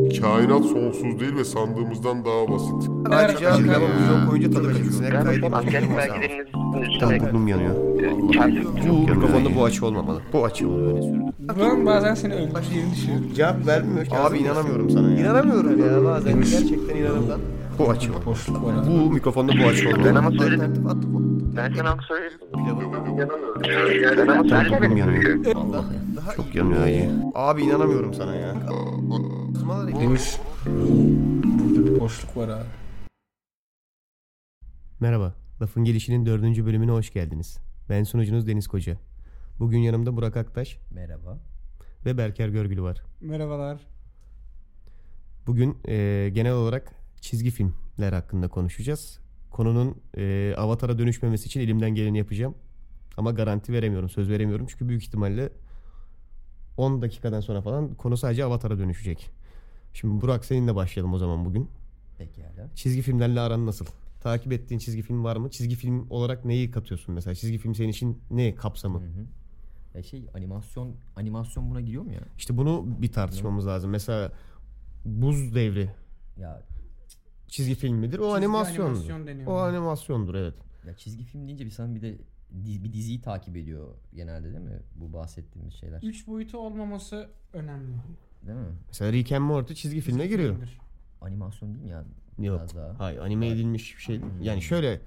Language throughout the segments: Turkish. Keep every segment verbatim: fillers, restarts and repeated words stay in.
Kainat sonsuz değil ve sandığımızdan daha basit. Ayrıca Merhaba. reklamımız yok oyunca tadı kaçıyor. Sinek Ben kaydı askerlik belgelerinizin Tamam, üstüne burnum yanıyor. Bu mikrofonda bu açı olmamalı. Bu açı oluyor öyle sürdüm. Ben bazen seni öldüreceğini düşünüyorum. Cevap vermiyor ki. Abi inanamıyorum sana ya. İnanamıyorum ya bazen. Gerçekten inanamıyorum. Bu açı var. Boşluk var abi. Bu mikrofonda bu açı olmalı. Ben ama söyledim. Alternatif attı bu. Ben sana söyledim. Pilavı. Ben ama Burnum söyledim. yanıyor. Çok yanıyor ayı. Abi inanamıyorum sana ya. Deniz. Burada bir boşluk var abi. Merhaba, Lafın Gelişi'nin dördüncü bölümüne hoş geldiniz. Ben sunucunuz Deniz Koca. Bugün yanımda Burak Aktaş Merhaba. ve Berker Görgülü var. Merhabalar. Bugün e, genel olarak çizgi filmler hakkında konuşacağız. Konunun e, Avatar'a dönüşmemesi için elimden geleni yapacağım. Ama garanti veremiyorum, söz veremiyorum. Çünkü büyük ihtimalle on dakikadan sonra falan konu sadece Avatar'a dönüşecek. Şimdi Burak seninle başlayalım o zaman bugün. Pekala. Çizgi filmlerle aran nasıl? Takip ettiğin çizgi film var mı? Çizgi film olarak neyi katıyorsun mesela? Çizgi film senin için ne kapsamı? Hı hı. Ya şey animasyon animasyon buna giriyor mu ya? İşte bunu bir tartışmamız lazım. Mesela Buz Devri Ya çizgi film midir? O Çizgi animasyondur. animasyon deniyor. O animasyondur, evet. ya çizgi film deyince bir sen bir de dizi- bir diziyi takip ediyor genelde değil mi? Bu bahsettiğimiz şeyler. Üç boyutu olmaması önemli. Değil mi? Mesela Rick and Morty çizgi filme Çizgi giriyor. filmdir. Animasyon değil mi ya? Yok. Biraz daha. Hayır, anime edilmiş bir şey. değil. Yani şöyle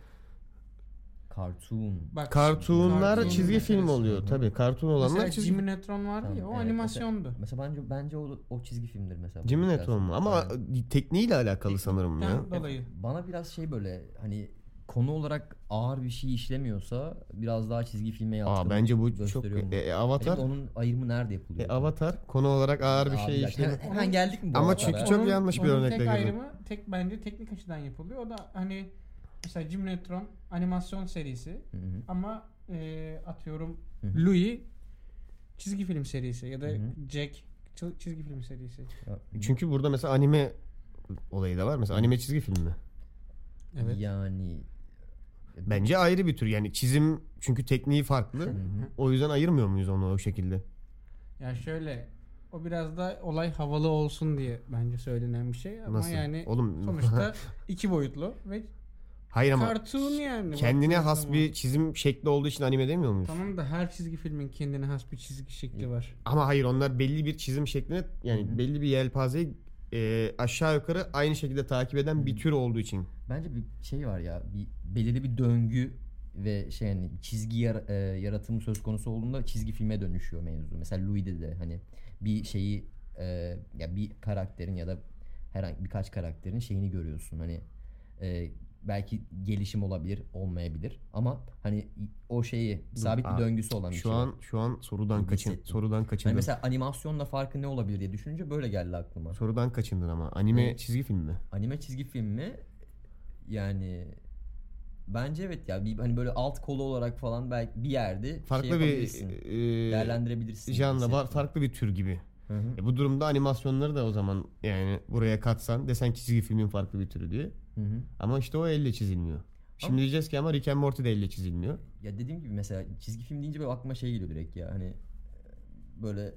Cartoon. Bak, kartunlar kartun çizgi film meselesi. oluyor. Tabii kartun olanlar Mesela çizgi Jimmy Neutron vardı Tamam, ya o evet, animasyondu. Mesela bence bence o, o çizgi filmdir mesela. Jimmy Biraz- Neutron mu? Ama Aynen. tekniğiyle alakalı sanırım ya. Teknikten dolayı. Bana biraz şey böyle hani konu olarak ağır bir şey işlemiyorsa biraz daha çizgi filme yatkın. Aa, bence bu çok gösteriyor mu? e, e, Avatar. Acaba onun ayrımı nerede E, yapılıyor? Avatar konu olarak ağır bir Abi şey ya, işlemiyor. hemen, hemen geldik mi bu Ama Avatar'a? çünkü çok yanlış bir onun örnekle tek girdim. ayrımı tek bence teknik açıdan yapılıyor. O da hani mesela Jimmy Neutron animasyon serisi Hı hı. ama e, atıyorum Hı hı. Louis çizgi film serisi ya da Hı hı. Jack çi- çizgi film serisi. Ya, Çünkü burada mesela anime olayı da var. Mesela anime çizgi film mi? Evet. Yani Bence ayrı bir tür. Yani çizim çünkü tekniği farklı. Hı hı. O yüzden ayırmıyor muyuz onu o şekilde? Ya şöyle o biraz da olay havalı olsun diye bence söylenen bir şey ama Nasıl? yani Oğlum sonuçta iki boyutlu ve hayır ama cartoon yani. kendine baktığın has zaman. bir çizim şekli olduğu için anime demiyor muyuz? Tamam da her çizgi filmin kendine has bir çizgi şekli var. Ama hayır, onlar belli bir çizim şekline yani Hı hı. belli bir yelpazeyi e, aşağı yukarı aynı şekilde takip eden bir tür olduğu için. bence bir şey var ya bir belirli bir döngü ve şey yani çizgi yar- e, yaratımı söz konusu olduğunda çizgi filme dönüşüyor mevzu. Mesela Louis'de de hani bir şeyi e, ya bir karakterin ya da herhangi birkaç karakterin şeyini görüyorsun. Hani e, belki gelişim olabilir, olmayabilir ama hani o şeyi sabit bir Aa, döngüsü olan bir Şu şey. an var. şu an sorudan kaçın Hissettim. sorudan Hani kaçındın. mesela animasyonla farkı ne olabilir diye düşününce böyle geldi aklıma. Sorudan kaçındın ama anime Evet. çizgi film mi? Anime çizgi film mi? Yani bence evet ya bir hani böyle alt kolu olarak falan belki bir yerde Farklı şey bir yapabilirsin, e, değerlendirebilirsin. janra var, hissettim. farklı bir tür gibi. Hı hı. E bu durumda animasyonları da o zaman yani buraya katsan desen ki çizgi filmin farklı bir türü diye. Hı hı. Ama işte o elle çizilmiyor. Şimdi Ama- diyeceğiz ki ama Rick and Morty de elle çizilmiyor. Ya dediğim gibi mesela çizgi film deyince böyle aklıma şey geliyor direkt ya hani e, böyle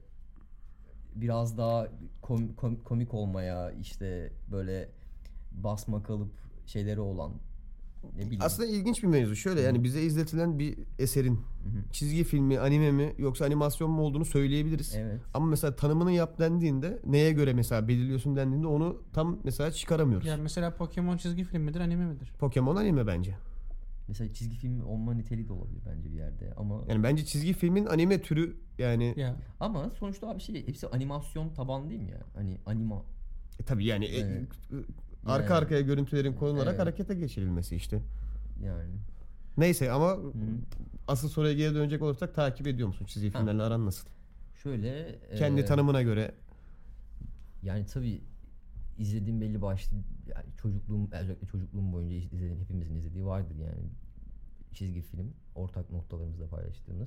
biraz daha kom- kom- komik olmaya işte böyle basma kalıp şeyleri olan ne bileyim. Aslında ilginç bir mevzu. Şöyle yani bize izletilen bir eserin Hı hı. çizgi filmi, anime mi yoksa animasyon mu olduğunu söyleyebiliriz. Evet. Ama mesela tanımını yap dendiğinde neye göre mesela belirliyorsun dendiğinde onu tam mesela çıkaramıyoruz. Ya mesela Pokemon çizgi film midir, anime midir? Pokemon anime bence. Mesela çizgi film olma niteliği de olabilir bence bir yerde ama Yani bence çizgi filmin anime türü yani Ya ama sonuçta abi şey hepsi animasyon tabanlı değil mi ya? Hani anima e, tabii yani e, Evet. e, arka Yani- arkaya görüntülerin konularak Evet. harekete geçirilmesi işte. yani. Neyse ama Hı. asıl soruya geri dönecek olursak takip ediyor musun çizgi Ha. filmlerle aran nasıl? Şöyle Kendi e, tanımına göre yani tabii izlediğim belli başlı yani çocukluğum özellikle çocukluğum boyunca izlediğim hepimizin izlediği vardır yani çizgi film ortak noktalarımızda paylaştığımız.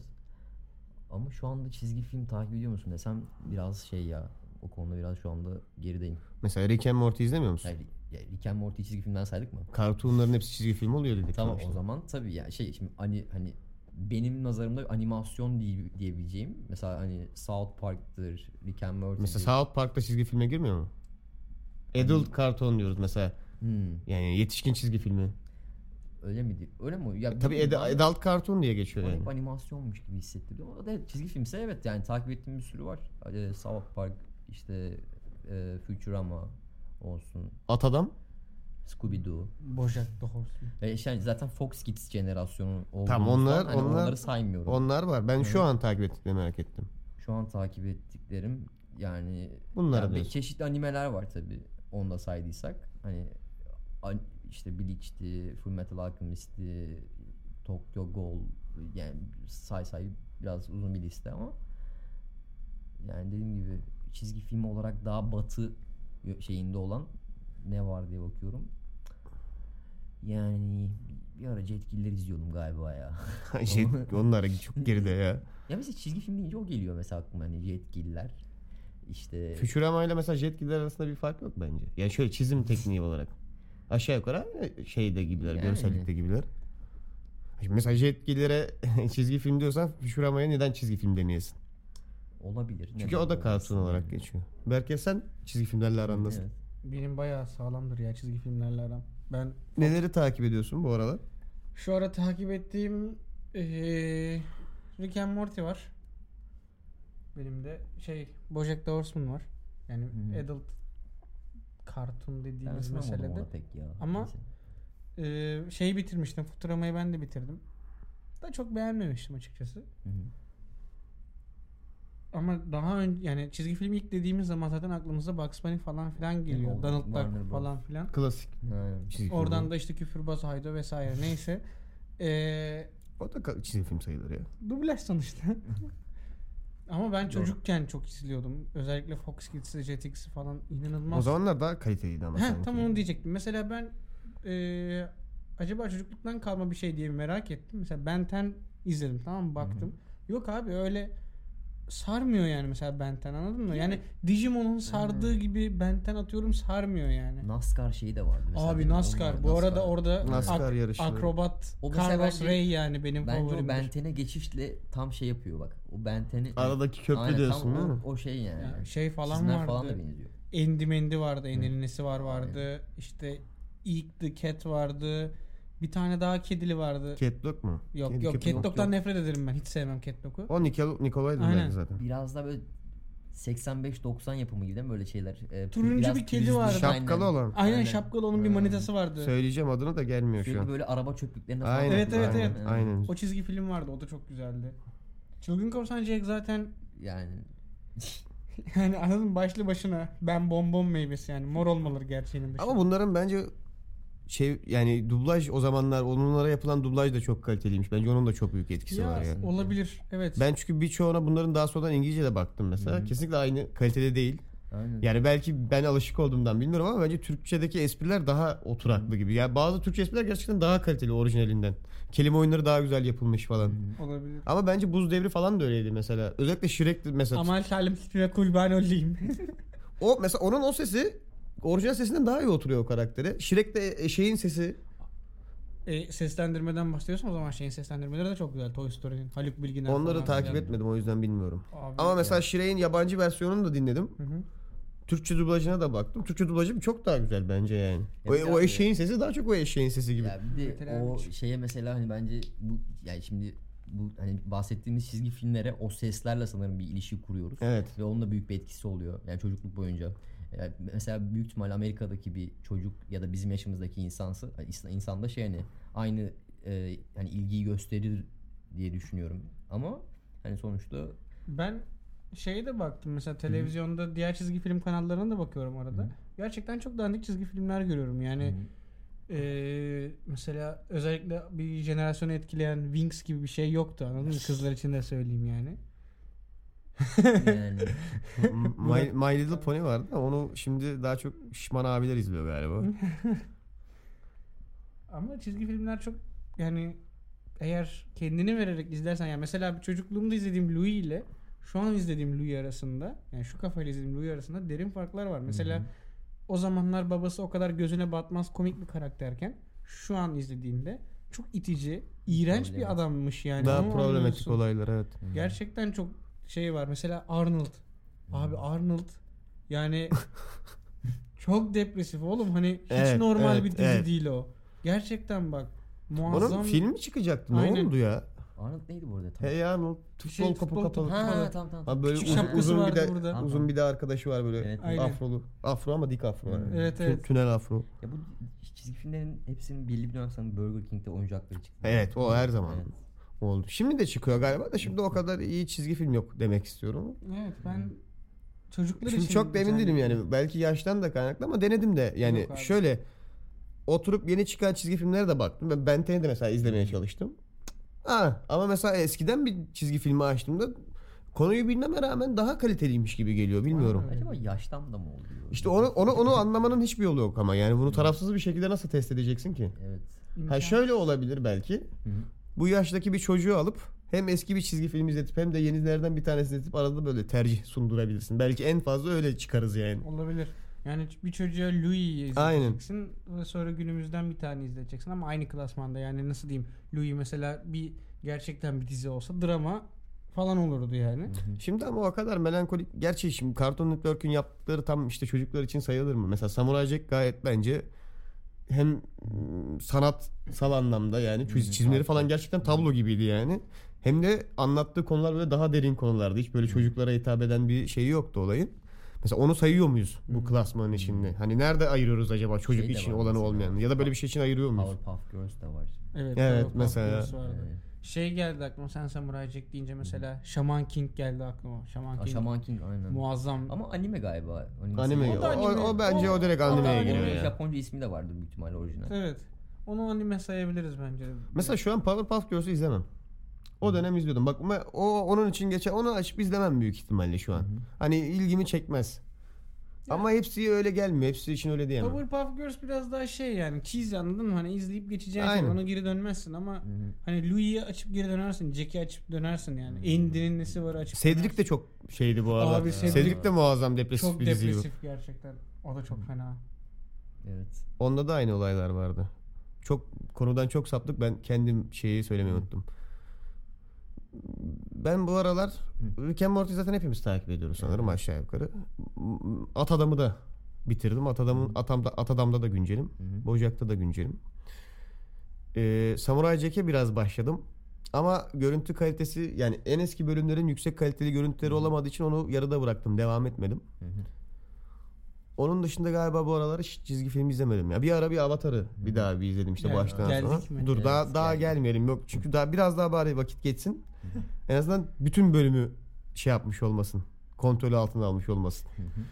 Ama şu anda çizgi film takip ediyor musun desem biraz şey ya o konuda biraz şu anda gerideyim. mesela Rick and Morty izlemiyor musun? Yani, ya Rick and Morty çizgi filmden saydık mı? Kartonların hepsi çizgi film oluyor dedik. Tamam sonuçta. o zaman tabii ya şey şimdi hani hani benim nazarımda animasyon diye, diyebileceğim mesela hani South Park'tır, Rick and Morty'dir. Mesela South Park'ta çizgi filme girmiyor mu? Adult karton diyoruz mesela. Hmm. Yani yetişkin çizgi filmi. Öyle mi? di- Öyle mi? Ya Tabii bilmiyorum, ad- bana- adult karton diye geçiyor bana yani. hep animasyonmuş gibi hissettiriyor. O da evet, çizgi filmse evet yani takip ettiğim bir sürü var. Ee, South Park, işte e, Futurama olsun, At Adam. Scooby-Doo. Bojack the Horseman. E işte yani zaten Fox Kids jenerasyonu olduğundan Tamam, onlar- hani onlar- onları saymıyorum. Onlar var. Ben şu Hı. an takip ettiklerini merak ettim. Şu an takip ettiklerim yani Bunları yani diyorsun. çeşitli animeler var tabi onu da saydıysak. Hani an- işte Bleach'ti, Fullmetal Alchemist'ti, Tokyo Ghoul, yani say say biraz uzun bir liste ama yani dediğim gibi çizgi film olarak daha batı şeyinde olan ne var diye bakıyorum. Yani bir ara Jetgiller izliyordum galiba ya. şey, onlar çok geride ya. Ya mesela çizgi film deyince o geliyor mesela aklıma, hani Jetgiller. İşte Futurama ile mesela Jetgiller arasında bir fark yok bence. Yani şöyle çizim tekniği olarak. Aşağı yukarı aynı şeyde gibiler, Yani. görsellikte gibiler. Şimdi mesela Jetgiller'e çizgi film diyorsan Futurama'ya neden çizgi film demeyesin? olabilir. Çünkü Neden o da olmasın kartun olarak yani. geçiyor. Berke sen çizgi filmlerle aran nasıl? Evet. Benim bayağı sağlamdır ya çizgi filmlerle aram. Ben Neleri takip ediyorsun bu aralar? şu ara takip ettiğim eee Rick and Morty var. Benim de şey Bojack the Horseman var. Yani Hı. adult kartun Ben dediğimiz ısınamadım meselede. ona pek ya. Ama- Neyse. Eee şeyi bitirmiştim. Futurama'yı ben de bitirdim. Da çok beğenmemiştim açıkçası. Hı hı. Ama daha önce yani çizgi film ilk dediğimiz zaman zaten aklımıza Bugs Bunny falan filan geliyor. o Donald Warner Duck Bros. falan filan. Klasik Ha. çizgi film. Oradan da işte Küfürbaz Haydo vesaire neyse. Eee O da ka- çizgi film sayılır ya. dublaj sonuçta. Ama ben çocukken çok izliyordum. Özellikle Fox Kids'i, Jetix'i falan inanılmaz. O zamanlar daha kaliteliydi ama Heh, sanki. tam onu diyecektim. Mesela ben eee, acaba çocukluktan kalma bir şey diye merak ettim. Mesela Ben on izledim, tamam mı? Baktım. Yok abi öyle sarmıyor yani mesela Ben on, anladın mı? Yani Digimon'un sardığı gibi Ben on atıyorum sarmıyor yani. NASCAR şeyi de vardı mesela. Abi benim, NASCAR. onlar- Bu arada orada NASCAR ak- yarışları. akrobat O mesela Carlos bence- Ray yani benim Bence o favorimdir. Ben ten'e geçişle tam şey yapıyor bak. O Ben ten'i Aradaki köprü Aynen, diyorsun tam değil o, mi? o şey yani. Yani şey falan Çizimler vardı. falan da benziyor. Endi Mendi vardı. Ender'in nesi var vardı. İşte Eek the Cat vardı. Bir tane daha kedili vardı. Catlock mu? Yok Kedi yok köpek Catdog'dan yok. nefret ederim ben. Hiç sevmem Catdog'u. O Nicol Nikolay Aynen. zaten. Biraz da böyle seksen beş doksan yapımı gibi değil mi böyle şeyler? Ee, Turuncu biraz bir kedi pürüzlü, vardı. Şapkalı olan. Aynen, Aynen. şapkalı onun bir manitası vardı. Söyleyeceğim adını da gelmiyor şu Sürekli an. böyle araba çöplüklerine falan. Aynen, Evet, evet, aynen, evet. aynen. O çizgi film vardı. O da çok güzeldi. Çılgın Korsan Jack zaten Yani yani anladın mı? Başlı başına ben bonbon meyvesi yani. Mor olmaları gerçeğinin dışında. Ama bunların bence şey yani dublaj o zamanlar onlara yapılan dublaj da çok kaliteliymiş. Bence onun da çok büyük etkisi ya, var ya. olabilir. Evet. Ben çünkü birçoğuna bunların daha sonradan İngilizce'de baktım mesela. Hı. Kesinlikle aynı kalitede değil. aynen. Yani belki ben alışık olduğumdan bilmiyorum ama bence Türkçedeki espriler daha oturaklı gibi. Yani bazı Türkçe espriler gerçekten daha kaliteli orijinalinden. Kelime oyunları daha güzel yapılmış falan. olabilir. Ama bence Buz Devri falan da öyleydi mesela. Özellikle Shrek mesela. Amal talim ve kurban olayım. O mesela onun o sesi orijinal sesinden daha iyi oturuyor o karaktere. Shrek de eşeğin sesi. e, seslendirmeden bahsediyorsun o zaman şeyin seslendirmeleri de çok güzel. Toy Story'nin. Haluk Bilginer Onları falan takip filan. etmedim o yüzden bilmiyorum. Abi Ama ya. mesela Shrek'in yabancı versiyonunu da dinledim. Hı hı. Türkçe dublajına da baktım. Türkçe dublajı çok daha güzel bence yani. O, Evet o abi. eşeğin sesi daha çok o eşeğin sesi gibi. Ya bir de Veteran o için. şeye mesela hani bence bu yani şimdi bu hani bahsettiğimiz çizgi filmlere o seslerle sanırım bir ilişki kuruyoruz. Evet. Ve onun da büyük bir etkisi oluyor. Yani çocukluk boyunca. Yani mesela büyük ihtimal Amerika'daki bir çocuk ya da bizim yaşımızdaki insansı insan da şey hani aynı e, hani ilgiyi gösterir diye düşünüyorum. Ama hani sonuçta Ben şeye de baktım mesela televizyonda diğer çizgi film kanallarına da bakıyorum arada. Hı. Gerçekten çok dandik çizgi filmler görüyorum. Yani eee, mesela özellikle bir jenerasyonu etkileyen Wings gibi bir şey yoktu, anladın mı? Kızlar için de söyleyeyim yani. yani My, My Little Pony vardı ama onu şimdi daha çok şişman abiler izliyor galiba. Ama çizgi filmler çok yani eğer kendini vererek izlersen yani mesela bir çocukluğumda izlediğim Louis ile şu an izlediğim Louis arasında yani şu kafayla izlediğim Louis arasında derin farklar var. Mesela o zamanlar babası o kadar gözüne batmaz komik bir karakterken şu an izlediğinde çok itici, iğrenç Problematik. bir adammış yani. Daha Onu problematik anlıyorsun. olaylar evet. Gerçekten çok şey var. Mesela Arnold. Abi Arnold yani Çok depresif oğlum. Hani hiç Evet, normal evet, bir dizi evet. değil o. Gerçekten bak. Muazzam. Onun filmi çıkacaktı. Ne Aynen. oldu ya? Arnold neydi bu arada? Tam? He ya o futbol Şey, kapı futbol kapalı. topu. Ha kapalı. tamam tamam. Abi böyle Küçük uzun, şapkası uzun bir vardı de burada. uzun bir de arkadaşı var böyle. Evet. Aynen. Afrolu. Afro ama dik afro. yani. Evet, Tü- evet. Tünel afro. Ya bu çizgi filmlerin hepsinin belli bir dönem sonra Burger King'de oyuncakları çıktı. Evet o her zaman Evet. oldu. Şimdi de çıkıyor galiba da şimdi o kadar iyi çizgi film yok demek istiyorum. Evet ben çocuklar Şimdi için çok da emin güzel değilim bir- yani. Belki yaştan da kaynaklı ama denedim de. Yani Yok abi. şöyle oturup yeni çıkan çizgi filmlere de baktım. Ben Ben ten'i de mesela izlemeye çalıştım. Ha, ama mesela eskiden bir çizgi filmi açtığımda konuyu bilmeme rağmen daha kaliteliymiş gibi geliyor. Bilmiyorum. Aa, evet. Acaba yaştan da mı oluyor? İşte onu onu onu anlamanın hiçbir yolu yok ama yani bunu tarafsız bir şekilde nasıl test edeceksin ki? Evet. Ha İmkan- şöyle olabilir belki. Hı hı. Bu yaştaki bir çocuğu alıp hem eski bir çizgi film izletip hem de yenilerden bir tanesini izletip arada böyle tercih sundurabilirsin. Belki en fazla öyle çıkarız yani. Olabilir. Yani bir çocuğa Louis'i Aynen. izleteceksin ve sonra günümüzden bir tane izleteceksin ama aynı klasmanda yani nasıl diyeyim Louis mesela bir gerçekten bir dizi olsa drama falan olurdu yani. Şimdi ama o kadar melankolik. Gerçi şimdi Cartoon Network'ün yaptıkları tam işte çocuklar için sayılır mı? Mesela Samurai Jack gayet bence hem mm, sanatsal anlamda yani çiz- çizimleri falan gerçekten tablo gibiydi yani. Hem de anlattığı konular böyle daha derin konulardı. Hiç böyle çocuklara hitap eden bir şeyi yoktu olayın. Mesela onu sayıyor muyuz bu klasmanın içinde? Hani nerede ayırıyoruz acaba çocuk Şey de için var olanı mesela. olmayanı? Ya da böyle bir şey için ayırıyor muyuz? Powerpuff Girls de var. Evet, Evet, Powerpuff mesela. Girls vardı. Evet. Şey geldi aklıma sen Samurai Jack deyince mesela Shaman King geldi aklıma. Shaman Aa, King Shaman King aynen. muazzam. Ama anime galiba. Animesi. Anime. O O, da o, anime. o bence o, O- direkt o da animeye anime. giriyor Onun ya. Japonca ismi de vardı büyük ihtimalle orijinal. Evet. Onu anime sayabiliriz bence. Mesela şu an Powerpuff Girls'ü izlemem. O dönem izliyordum. Bak me- o onun için geçen onu açıp izlemem büyük ihtimalle şu an. Hani ilgimi çekmez. Ama hepsi öyle gelmiyor. Hepsi için öyle diyemem. Powerpuff Girls biraz daha şey yani cheesy anladın mı? Hani izleyip geçeceğin şey Aynen. ona geri dönmezsin ama hani Louis'i açıp geri dönersin. Jack'i açıp dönersin yani. Andy'nin nesi var açıp Cedric dönersin. de çok şeydi bu arada. Abi Cedric, Cedric de muazzam depresif çok bir diziydi. depresif gerçekten. O da çok fena. Evet. Onda da aynı olaylar vardı. Çok konudan çok saptık. Ben kendim şeyi söylemeyi unuttum. Ben bu aralar Rick and Morty zaten hepimiz takip ediyoruz sanırım aşağı yukarı. At Adam'ı da bitirdim. At Adam'ın Atamda, At Adam'da da güncelim. Bojack'ta da güncelim. Ee, Samurai Jack'e biraz başladım. Ama görüntü kalitesi yani en eski bölümlerin yüksek kaliteli görüntüleri olamadığı için onu yarıda bıraktım. Devam etmedim. Onun dışında galiba bu aralar hiç çizgi film izlemedim ya. Bir ara bir Avatar'ı bir daha bir izledim işte Gel- baştan geldik sonra. mi? Dur Evet, daha daha geldik. gelmeyelim yok. Çünkü daha biraz daha bari vakit geçsin. En azından bütün bölümü şey yapmış olmasın. Kontrolü altına almış olmasın.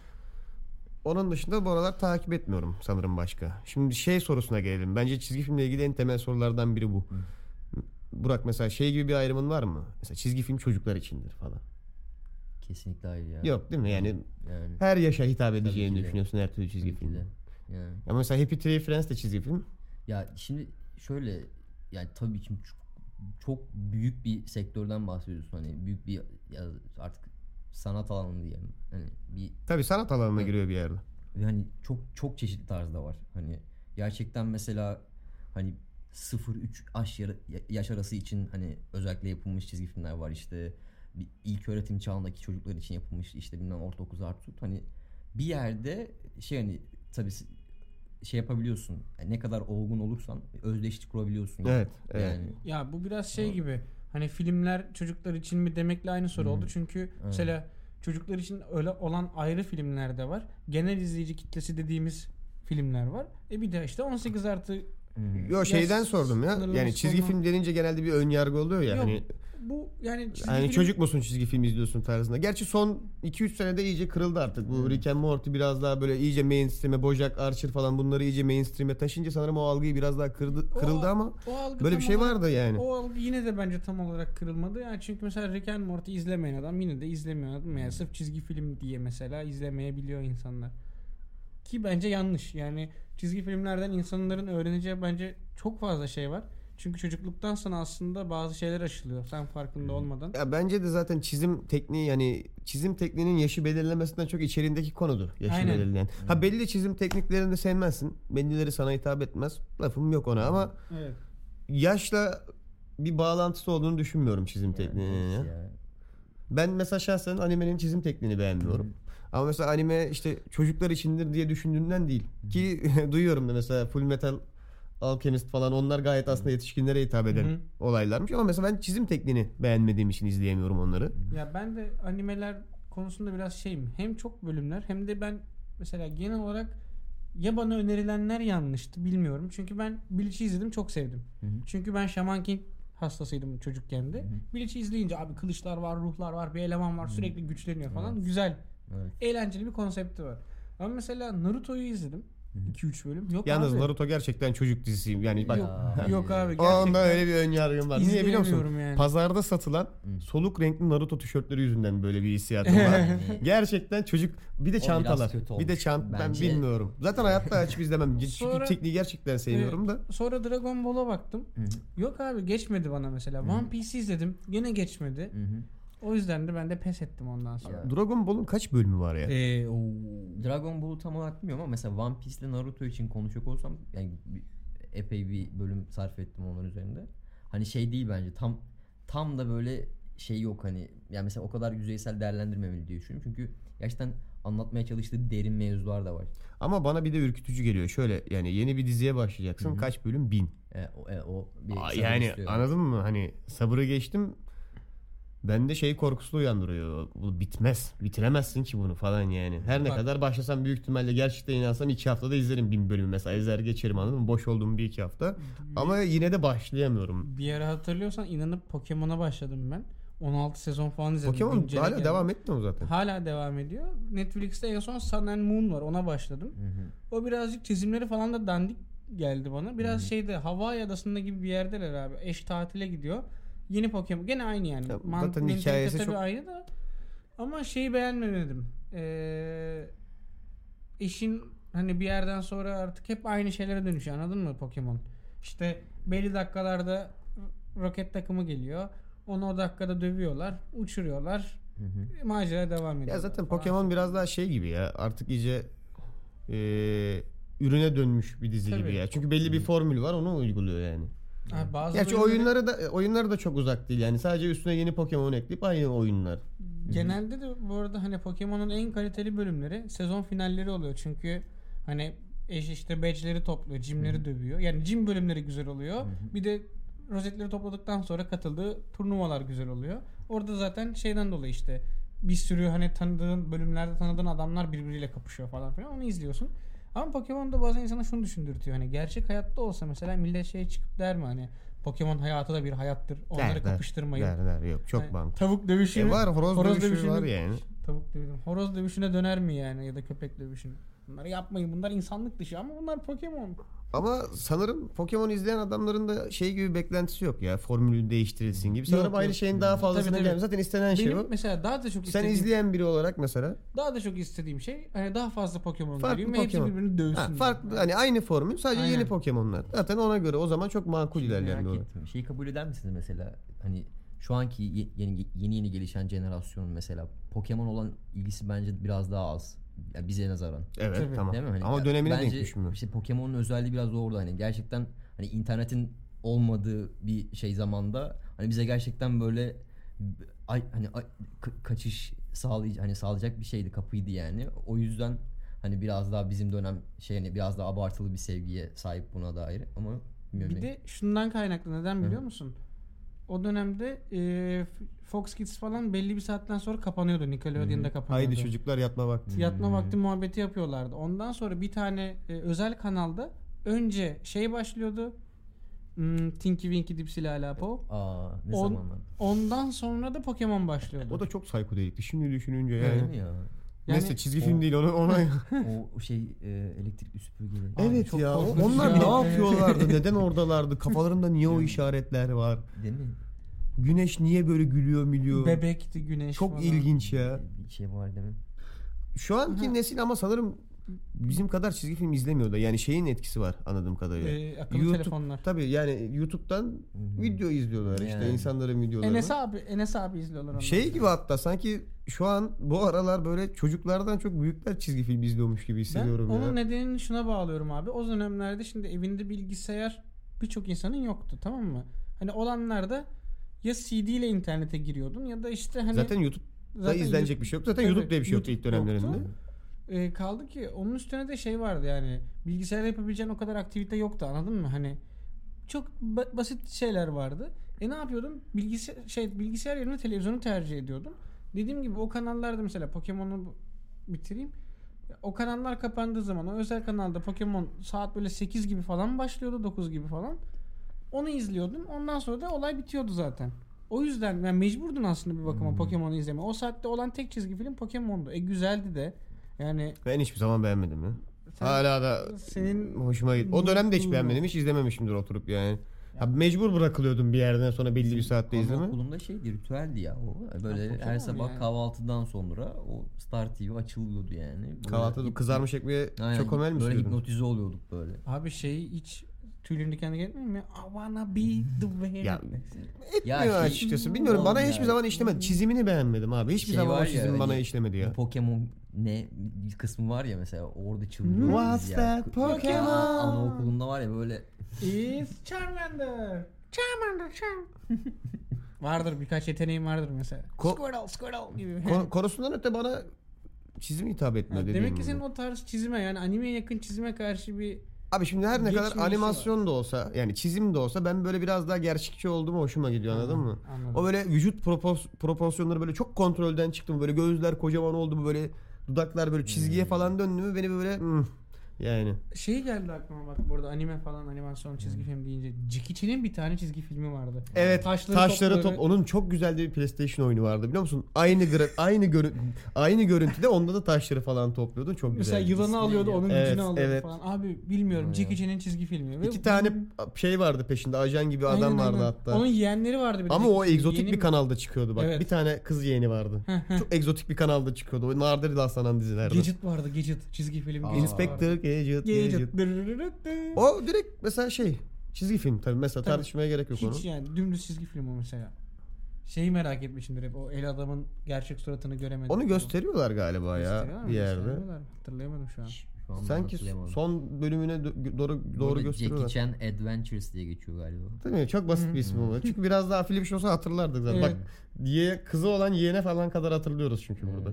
Onun dışında bu aralar takip etmiyorum sanırım başka. Şimdi şey sorusuna gelelim. Bence çizgi filmle ilgili en temel sorulardan biri bu. Burak mesela şey gibi bir ayrımın var mı? Mesela çizgi film çocuklar içindir falan. Kesinlikle hayır ya. Yok değil mi? Yani Yani. her yaşa hitap Tabii edeceğini ki de. düşünüyorsun her türlü çizgi Tabii ki film. de. Yani. Ama mesela Happy Tree Friends de çizgi film. Ya şimdi şöyle yani tabii ki çok, çok büyük bir sektörden bahsediyorsun. Hani büyük bir ya artık sanat alanı diyelim. Hani bir Tabii sanat alanına Evet. giriyor bir yerde. ve hani çok çok çeşitli tarzda var. Hani gerçekten mesela hani sıfır üç yaş, yarı- yaş arası için hani özellikle yapılmış çizgi filmler var işte. Bir ilk öğretim çağındaki çocuklar için yapılmış işte bilmem ortaokul artı tut. Hani bir yerde şey hani tabii şey yapabiliyorsun. Yani ne kadar olgun olursan özdeşlik kurabiliyorsun. Evet, evet. Yani Ya bu biraz şey gibi. Hani filmler çocuklar için mi demekle aynı soru oldu. Çünkü mesela çocuklar için öyle olan ayrı filmler de var. Genel izleyici kitlesi dediğimiz filmler var. E bir de işte on sekiz artı Yo şeyden Yaş sordum ya. sınırlaması Yani çizgi olan- film denince genelde bir ön yargı oluyor ya. Yok, Hani bu yani çizgi hani film- çocuk musun çizgi film izliyorsun tarzında. Gerçi son iki üç senede iyice kırıldı artık. Bu Rick and Morty biraz daha böyle iyice mainstream'e, Bojack, Archer falan bunları iyice mainstream'e taşınca sanırım o algıyı biraz daha kırdı, O- kırıldı ama o algı böyle tam bir şey olarak- vardı yani. O algı yine de bence tam olarak kırılmadı. Yani çünkü mesela Rick and Morty izlemeyen adam yine de izlemiyor anladın mı? Yani sırf çizgi film diye mesela izlemeyebiliyor insanlar. Ki bence yanlış. Yani çizgi filmlerden insanların öğreneceği bence çok fazla şey var. Çünkü çocukluktan sonra aslında bazı şeyler aşılıyor sen farkında olmadan. Ya bence de zaten çizim tekniği yani çizim tekniğinin yaşı belirlemesinden çok içeriğindeki konudur. Yaşı Aynen. belirleyen. Ha belli çizim tekniklerini de sevmezsin. Bellileri sana hitap etmez. Lafım yok ona ama Evet. yaşla bir bağlantısı olduğunu düşünmüyorum çizim yani tekniğinin ya. neyse ya. Ben mesela şahsen animenin çizim tekniğini beğenmiyorum. Ama mesela anime işte çocuklar içindir diye düşündüğünden değil. Ki duyuyorum da mesela Full Metal Alchemist falan onlar gayet aslında yetişkinlere hitap eden Hı-hı. olaylarmış. Ama mesela ben çizim tekniğini beğenmediğim için izleyemiyorum onları. Ya ben de animeler konusunda biraz şeyim. Hem çok bölümler hem de ben mesela genel olarak ya bana önerilenler yanlıştı bilmiyorum. Çünkü ben Bleach'i izledim, çok sevdim. Hı hı. Çünkü ben Shaman King hastasıydım çocukken de. Bleach'i izleyince abi kılıçlar var, ruhlar var, bir eleman var, sürekli güçleniyor falan. Evet. Güzel. Evet. Eğlenceli bir konsepti var. Ama mesela Naruto'yu izledim. iki üç bölüm. Yok Yalnız abi. Naruto gerçekten çocuk dizisiyim. Yani bak Yok, Ya, yok abi. o Gerçekten anda öyle bir ön yargım var. Niye biliyor musun? izleyemiyorum yani. Pazarda satılan soluk renkli Naruto tişörtleri yüzünden böyle bir hissiyatım var. Gerçekten çocuk bir de O çantalar. biraz kötü Bir de olmuş. çant ben Bence- bilmiyorum. Zaten hayatta açıp izlemem. Sonra- Çünkü tekniği gerçekten seviyorum da. Sonra Dragon Ball'a baktım. Hı hı. Yok abi geçmedi bana mesela. One Piece izledim. Gene geçmedi. Hı hı. O yüzden de ben de pes ettim ondan sonra. Ya. Dragon Ball'un kaç bölümü var ya? Ee, o Dragon Ball'u tam olarak bilmiyorum ama mesela One Piece ile Naruto için konuşacak olsam yani bir- epey bir bölüm sarf ettim onların üzerinde. Hani şey değil bence tam tam da böyle şey yok hani yani mesela o kadar yüzeysel değerlendirmemeli diye düşünüyorum. Çünkü gerçekten anlatmaya çalıştığı derin mevzular da var. Ama bana bir de ürkütücü geliyor. Şöyle yani yeni bir diziye başlayacaksın. Hı hı. Kaç bölüm? Bin. E, o, e, o bir Aa, sabır yani istiyor. anladın mı? Hani sabırı geçtim. Bende şey korkusu uyandırıyor. Bu bitmez. Bitiremezsin ki bunu falan yani. Her ne Bak- kadar başlasam büyük ihtimalle gerçekten inansam iki haftada izlerim bin bölümü mesela. İzler geçerim anladın mı? Boş olduğum bir iki hafta. Ama yine de başlayamıyorum. bir ara hatırlıyorsan inanıp Pokemon'a başladım ben. on altı sezon falan izledim. Pokemon Güncele hala geldi. devam etmiyor mu zaten? Hala devam ediyor. Netflix'te en son Sun and Moon var. Ona başladım. Hı hı. O birazcık çizimleri falan da dandik geldi bana. Biraz şeyde Hawaii adasında gibi bir yerdeler abi. Eş tatile gidiyor. Yeni Pokemon. Gene aynı yani. Tabii, Man- zaten mentalite hikayesi tabii çok- aynı da. Ama şeyi beğenmedim. Ee, eşin hani bir yerden sonra artık hep aynı şeylere dönüşüyor. Anladın mı Pokemon? İşte belli dakikalarda roket takımı geliyor. Onu o dakikada dövüyorlar. Uçuruyorlar. Hı hı. Macera devam ediyor. Ya zaten Pokemon biraz daha şey gibi ya. Artık iyice e, ürüne dönmüş bir dizi Tabii. gibi ya. Çünkü belli bir formül var onu uyguluyor yani. Abi bazı Gerçi bölümleri- oyunları da oyunları da çok uzak değil yani. Sadece üstüne yeni Pokemon ekleyip aynı oyunlar. Genelde de bu arada hani Pokemon'un en kaliteli bölümleri sezon finalleri oluyor. Çünkü hani eş işte badge'leri topluyor, jimleri dövüyor. Yani jim bölümleri güzel oluyor. Bir de rozetleri topladıktan sonra katıldığı turnuvalar güzel oluyor. Orada zaten şeyden dolayı işte bir sürü hani tanıdığın bölümlerde tanıdığın adamlar birbiriyle kapışıyor falan filan. Onu izliyorsun. Ama Pokemon'da bazen insana şunu düşündürtüyor. Hani gerçek hayatta olsa mesela millet şey çıkıp der mi hani Pokemon hayatı da bir hayattır. Onları Der, der, kapıştırmayın. Der, der. Yok çok Hani bank. Tavuk dövüşü. E var horoz, horoz dövüşü dövüşünü- var yani. Tavuk dövüşü. Horoz dövüşüne döner mi yani ya da köpek dövüşüne? Bunları yapmayın. Bunlar insanlık dışı ama bunlar Pokemon. Ama sanırım Pokemon izleyen adamların da şey gibi beklentisi yok ya. Formülü değiştirilsin gibi. Sanırım Yok, aynı yok. şeyin daha fazlasına Tabii, tabii. gelmiş. Zaten istenen şey Benim o. mesela daha da çok Sen istediğim izleyen biri olarak mesela daha da çok istediğim şey hani daha fazla Pokemon farklı göreyim ve hepsi Pokemon. birbirini dövsün. Ha, diye. farklı hani aynı formül sadece Aynen. yeni Pokemon'lar. Zaten ona göre o zaman çok makul ilerleyen bir Merak olay. ettim. Şeyi kabul eder misiniz mesela hani şu anki ye- yeni yeni yeni gelişen jenerasyonun mesela Pokemon olan ilgisi bence biraz daha az. Yani bize nazaran. Evet Tabii. tamam. Değil mi? Hani Ama ya- dönemine denk bence düşmüyor. işte Pokemon'un özelliği biraz orada hani gerçekten hani internetin olmadığı bir şey zamanda hani bize gerçekten böyle ay, hani ay- ka- kaçış sağlayacak hani sağlayacak bir şeydi, kapıydı yani. O yüzden hani biraz daha bizim dönem şey hani biraz daha abartılı bir sevgiye sahip buna dair ama bilmiyorum. Bir de şundan kaynaklı neden biliyor musun? O dönemde e, Fox Kids falan belli bir saatten sonra kapanıyordu. Nickelodeon'da kapanıyordu. Haydi çocuklar yatma vakti. Yatma vakti muhabbeti yapıyorlardı. Ondan sonra bir tane e, özel kanalda önce şey başlıyordu. Hmm, Tinky Winky Dipsy Lala Po. Aa ne On- zamanlar? Ondan sonra da Pokemon başlıyordu. O da çok psikodelikti. Şimdi düşününce yani. Değil mi ya? Neyse Yani- çizgi film değil onu ona. O, o şey e, elektrikli süpürgeli. Evet çok ya. korkunç Onlar ya. ne yapıyorlardı? Neden oradalardı? Kafalarında niye o işaretler var? Değil mi? Güneş niye böyle gülüyor milyon? Bebekti güneş Çok falan. ilginç ya. Bir şey var değil mi? Şu anki nesil ama sanırım bizim kadar çizgi film izlemiyor da. Yani şeyin etkisi var anladığım kadarıyla. Ee, akıllı YouTube- telefonlar. Tabii yani YouTube'dan video izliyorlar işte Yani. insanların videolarını. Enes abi, Enes abi izliyorlar onları. Şey gibi hatta sanki şu an bu aralar böyle çocuklardan çok büyükler çizgi film izliyormuş gibi Ben hissediyorum ya. onun nedenini şuna bağlıyorum abi. O dönemlerde şimdi evinde bilgisayar birçok insanın yoktu, tamam mı? Hani olanlar da ya C D ile internete giriyordun ya da işte hani Zaten YouTube Zaten izlenecek bir şey yok. Zaten YouTube diye bir şey yoktu ilk dönemlerinde. yoktu. E, kaldı ki onun üstüne de şey vardı yani bilgisayarda yapabileceğin o kadar aktivite yoktu, anladın mı? Hani çok ba- basit şeyler vardı. E ne yapıyordum? Bilgisayar şey bilgisayar yerine televizyonu tercih ediyordum. Dediğim gibi o kanallarda mesela Pokemon'u bitireyim. O kanallar kapandığı zaman o özel kanalda Pokemon saat böyle sekiz gibi falan başlıyordu, dokuz gibi falan. Onu izliyordum. Ondan sonra da olay bitiyordu zaten. O yüzden yani mecburdun aslında bir bakıma hmm. Pokemon'u izleme. O saatte olan tek çizgi film Pokemon'du. E güzeldi de. Yani ben hiçbir zaman beğenmedim ya. Hala da senin hoşuma gitti. O dönemde hiç beğenmedim. Hiç izlememişimdir oturup yani. Ya mecbur bırakılıyordum bir yerden sonra belli bir saatte izleme. Anaokulunda şeydi, ritüeldi ya o. Böyle ya, her sabah yani. Kahvaltıdan sonra o Star T V açılıyordu yani. Böyle kahvaltıda hip, kızarmış ekmeğe çokomel mi böyle hipnotize oluyorduk böyle. Abi şey hiç tüylerin dikenine gelmiyor mu? I wanna be the way. Ya etmiyor ya açıkçası. Şey, bilmiyorum bana ya. Hiçbir zaman işlemedi. Çizimini beğenmedim abi. Hiçbir şey zaman o çizim ya, bana hani, işlemedi ya. Pokemon ne kısmı var ya mesela orada çıldırıyoruz What's ya. that Pokemon? Anaokulunda var ya böyle. Is Charmander. Charmander Charm. Vardır birkaç yeteneğim vardır mesela. Ko- Squirtle Squirtle gibi. Ko- konusundan öte bana çizim hitap etmiyor yani demek ki senin o tarz çizime yani animeye yakın çizime karşı bir abi şimdi her ne kadar animasyon da olsa yani çizim de olsa ben böyle biraz daha gerçekçi olduğumu hoşuma gidiyor, anladın mı? Anladım. O böyle vücut propos- proporsiyonları böyle çok kontrolden çıktı mı, böyle gözler kocaman oldu mu, böyle dudaklar böyle çizgiye hmm. falan döndü mü beni böyle hmm, yani. Şey geldi aklıma bak burada anime falan animasyon çizgi hmm. film deyince Jackie Chan'in bir tane çizgi filmi vardı. Evet. Taşları, taşları top onun çok güzel bir PlayStation oyunu vardı biliyor musun? Aynı gra- aynı görü- aynı görüntüde onda da taşları falan topluyordun, çok güzel. Mesela yılanı alıyordu, onun evet, gücünü alıyordu evet. falan. Abi bilmiyorum hmm. Jackie Chan'in çizgi filmi. İki Ve tane şey vardı peşinde, ajan gibi adam aynen, vardı aynen. hatta. Onun yeğenleri vardı bir de. Ama o egzotik bir kanalda çıkıyordu bak. Evet. Bir tane kız yeğeni vardı. Çok egzotik bir kanalda çıkıyordu. O nadir rastlanan dizilerde. Gadget vardı, Gadget çizgi film. Inspector Gadget. Gadget. O direkt mesela şey çizgi film tabii mesela tabii, tartışmaya gerek yok hiç onu. Hiç yani dümdüz çizgi film o mesela. Şeyi merak etmişimdir hep, o el adamın gerçek suratını göremedim. Onu gösteriyorlar galiba ya bir yerde. Hatırlayamadım şu an. Şu sanki son bölümüne doğru doğru gösteriyorlar. Jackie Chan Adventures diye geçiyor galiba. Değil mi? Çok basit bir isim ama. Çünkü biraz daha afili bir şey olsa hatırlardık zaten. Evet. Bak diye kızı olan yeğene falan kadar hatırlıyoruz çünkü evet. burada.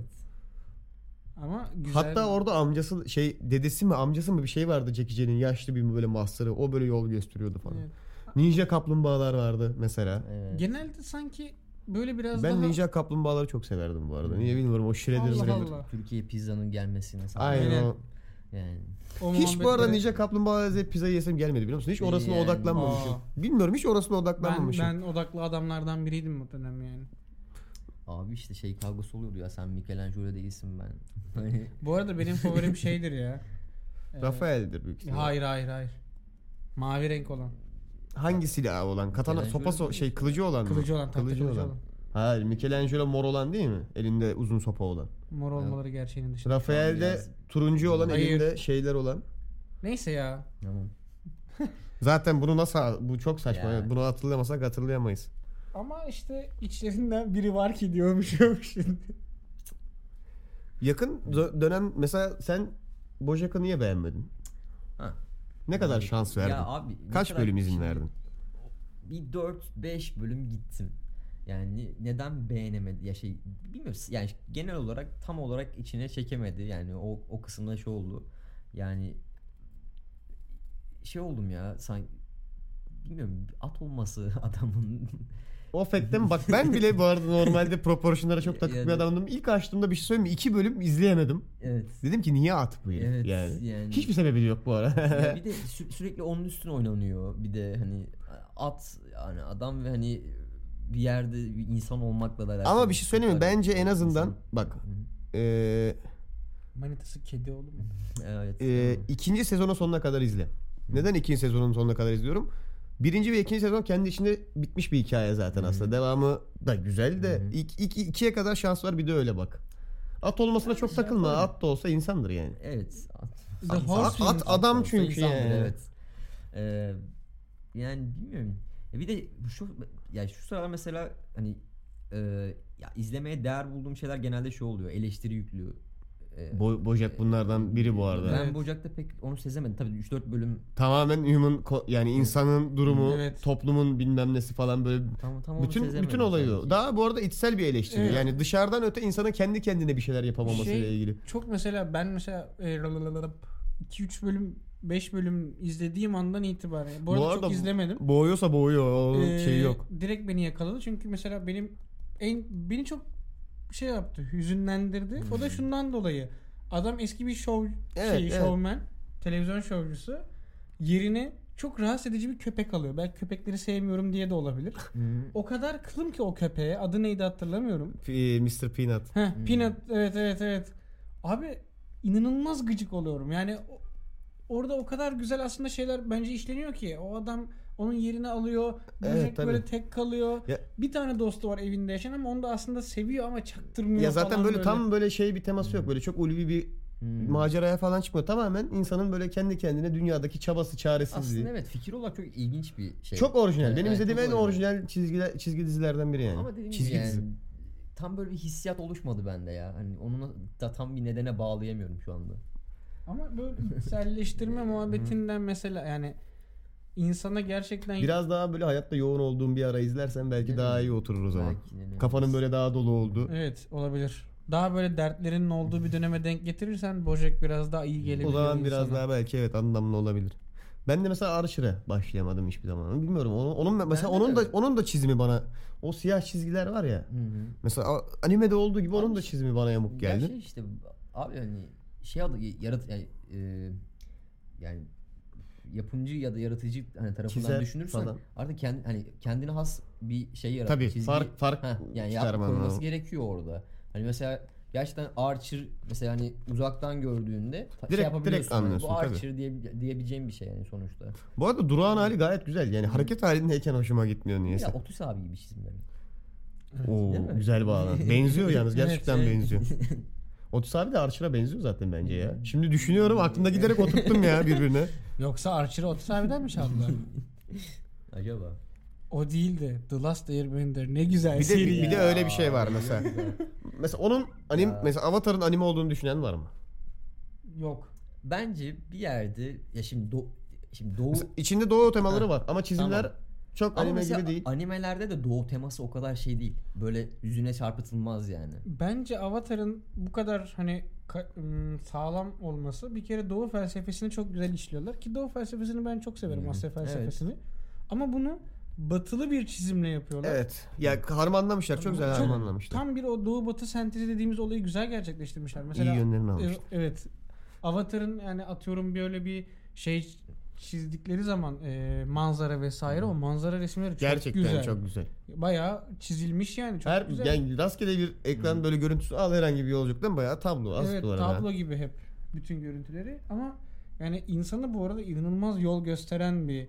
Ama güzel. Hatta orada amcası şey dedesi mi amcası mı bir şey vardı Jackie Chan'in, yaşlı bir böyle mahsarı. O böyle yol gösteriyordu falan. Evet. Ninja kaplumbağalar vardı mesela. Evet. Genelde sanki böyle biraz ben daha... Ben ninja kaplumbağaları çok severdim bu arada. Niye bilmiyorum, o Shredder Shredder. Türkiye pizzanın gelmesine sağladı. Aynen o. Yani. O hiç bu arada ninja kaplumbağaları pizza yesem gelmedi biliyor musun? Hiç orasına yani, odaklanmamışım. Aa. Bilmiyorum, hiç orasına odaklanmamışım. Ben, ben odaklı adamlardan biriydim o dönem yani. Abi işte şey kavgası oluyordu ya, sen Michelangelo değilsin ben. Bu arada benim favorim şeydir ya. Rafael'dir büyük ihtimalle. Hayır hayır hayır. Mavi renk olan. Hangi silah olan? Katana sopası şey kılıcı olan mı? Kılıcı olan, kılıcı, kılıcı olan. olan. Hayır, Michelangelo mor olan değil mi? Elinde uzun sopa olan. Mor olmaları evet. gerçeğinin dışında. Rafael'de turuncu olan, hayır. elinde şeyler olan. Neyse ya. Tamam. Zaten bunu nasıl, bu çok saçma. Ya. Bunu hatırlayamasak hatırlayamayız. Ama işte içlerinden biri var ki diyormuşum şimdi. Yakın dönem mesela sen Bojack'ı niye beğenmedin? Ha. Ne kadar abi, şans verdin? Ya abi, kaç bölüm izin şimdi, verdin? Bir dört beş bölüm gittim. Yani neden beğenemedi ya şey bilmiyorum yani genel olarak tam olarak içine çekemedi. Yani o o kısımda şey oldu. Yani şey oldum ya sanki bilmiyorum, at olması adamın. O fakten bak ben bile bu arada normalde proporsiyonlara çok takık yani, bir adamdım. İlk açtığımda bir şey söyleyeyim mi? İki bölüm izleyemedim. Evet. Dedim ki niye at bu evet, yani? yani. Hiçbir sebebi yok bu ara. Ya bir de sü- sürekli onun üstüne oynanıyor. Bir de hani at yani adam ve hani bir yerde bir insan olmakla da alakalı. Ama bir şey söyleyeyim mi? Bence en azından insan... bak eee manitası kedi oldu mu? Evet. E, ikinci sezonun sonuna kadar izle. Neden ikinci sezonun sonuna kadar izliyorum? Birinci ve ikinci sezon kendi içinde bitmiş bir hikaye zaten. Hı-hı. Aslında. Devamı da güzel de ilk, ilk, ikiye kadar şans var, bir de öyle bak. At olmasına yani çok takılma. Yapalım. At da olsa insandır yani. Evet. At, at, at, at adam çünkü yani. Evet. Ee, yani bilmiyorum. Bir de şu yani şu sıralar mesela hani e, ya izlemeye değer bulduğum şeyler genelde şu oluyor. Eleştiri yüklü e, Bo- Bojack bunlardan biri bu arada. Ben Evet. Bojack'ta pek onu sezemedim. Tabii üç dört bölüm Tamamen human ko- yani insanın durumu, Evet. toplumun bilmem nesi falan böyle tam tam onu bütün sezemedim bütün olayı o. sanki. Daha bu arada içsel bir eleştiri. Evet. Yani dışarıdan öte insanın kendi kendine bir şeyler yapamamasıyla Şey, ilgili. Çok mesela ben mesela iki üç bölüm beş bölüm izlediğim andan itibaren. Bu arada, Bu arada çok izlemedim. Boğuyorsa boğuyor. O Ee, şey yok. Direkt beni yakaladı çünkü mesela benim en beni çok şey yaptı, hüzünlendirdi. O da şundan dolayı. Adam eski bir şov Evet, şeyi, evet. şovmen, televizyon şovcusu. Yerine çok rahatsız edici bir köpek alıyor. Belki köpekleri sevmiyorum diye de olabilir. Hı. O kadar kılım ki o köpeğe. Adı neydi hatırlamıyorum. P- mister Peanut. Heh, Peanut, evet evet evet. Abi inanılmaz gıcık oluyorum. Yani o- orada o kadar güzel aslında şeyler bence işleniyor ki. O adam onun yerini alıyor. Evet, Böcek tabii. böyle tek kalıyor. Ya- Bir tane dostu var evinde yaşayan ama onu da aslında seviyor ama çaktırmıyor Ya zaten falan böyle, tam böyle şey bir teması yok. Böyle çok ulvi bir Hmm. maceraya falan çıkmıyor. Tamamen insanın böyle kendi kendine dünyadaki çabası, çaresizliği. Aslında evet, fikir olarak çok ilginç bir şey. Çok orijinal. Evet, Benim evet, izlediğim çok en orijinal çizgiler, çizgi dizilerden biri yani. Ama dediğim gibi çizgi yani dizi. tam böyle bir hissiyat oluşmadı bende ya. Hani onu da tam bir nedene bağlayamıyorum şu anda. Ama böyle içselleştirme muhabbetinden mesela yani insana gerçekten Biraz daha böyle hayatta yoğun olduğum bir ara izlersen belki Değil daha mi? iyi oturur o zaman. Belki de- Kafanın böyle daha dolu olduğu. evet olabilir. Daha böyle dertlerinin olduğu bir döneme denk getirirsen Bojack biraz daha iyi gelebilir. O zaman biraz insana. daha belki evet anlamlı olabilir. Ben de mesela Archer'e başlayamadım hiçbir zaman. Bilmiyorum onun onun mesela Ben de onun da evet. onun da çizimi bana o siyah çizgiler var ya. Hı hı. Mesela a- animede olduğu gibi onun Abi da çizimi bana yamuk geldi. Ya şey işte abi hani şey adı yarat yani, e, yani yapımcı ya da yaratıcı hani tarafından Çizer düşünürsen falan. artık kendi hani kendine has bir şey yarat. Tabii, çizgi- fark- fark Heh, yani yap, çıkarman koyması lazım. gerekiyor orada. Hani mesela gerçekten Archer mesela hani uzaktan gördüğünde ta- Direkt- şey yapabiliyorsun. direkt hani, anlıyorsun, bu tabii. Archer diye diyebileceğim bir şey yani sonuçta. Bu arada durağan hali gayet güzel. Yani hareket halindeyken hoşuma gitmiyor niyeyse. Ya Otis abi gibi çizimleri. Oo, Değil mi? güzel bağlan. Benziyor yalnız gerçekten Evet, benziyor. Otis abi de Archer'a benziyor zaten bence ya. Şimdi düşünüyorum aklımda giderek oturttum ya birbirine. Yoksa Archer'ı Otis abiden mi çaldılar? Acaba? O değil de The Last Airbender ne güzel Bir de seri bir, bir de ya. öyle bir şey var mesela. Mesela onun anim Ya. mesela Avatar'ın anime olduğunu düşünen var mı? Yok. Bence bir yerde ya şimdi do, şimdi doğu Mesela içinde doğu temaları var ama çizimler Tamam. çok ama anime mesela gibi değil. animelerde de doğu teması o kadar şey değil. Böyle yüzüne çarpıtılmaz yani. Bence Avatar'ın bu kadar hani ka- ım, sağlam olması bir kere Doğu felsefesini çok güzel işliyorlar ki Doğu felsefesini ben çok severim, Hı hı. Asya felsefesini. Ama bunu batılı bir çizimle yapıyorlar. Evet. Ya harmanlamışlar. Çok güzel Çok- harmanlamışlar. Tam bir o Doğu Batı sentezi dediğimiz olayı güzel gerçekleştirmişler. Mesela İyi yönlerini e, almışlar. evet. Avatar'ın yani atıyorum böyle bir şey çizdikleri zaman e, manzara vesaire o manzara resimleri çok Gerçekten güzel. çok güzel. Bayağı çizilmiş yani çok Her güzel. yani rastgele bir ekran böyle görüntüsü al herhangi bir yolculuktan bayağı tablo az Evet dolara tablo ben. gibi hep bütün görüntüleri ama yani insanı bu arada inanılmaz yol gösteren bir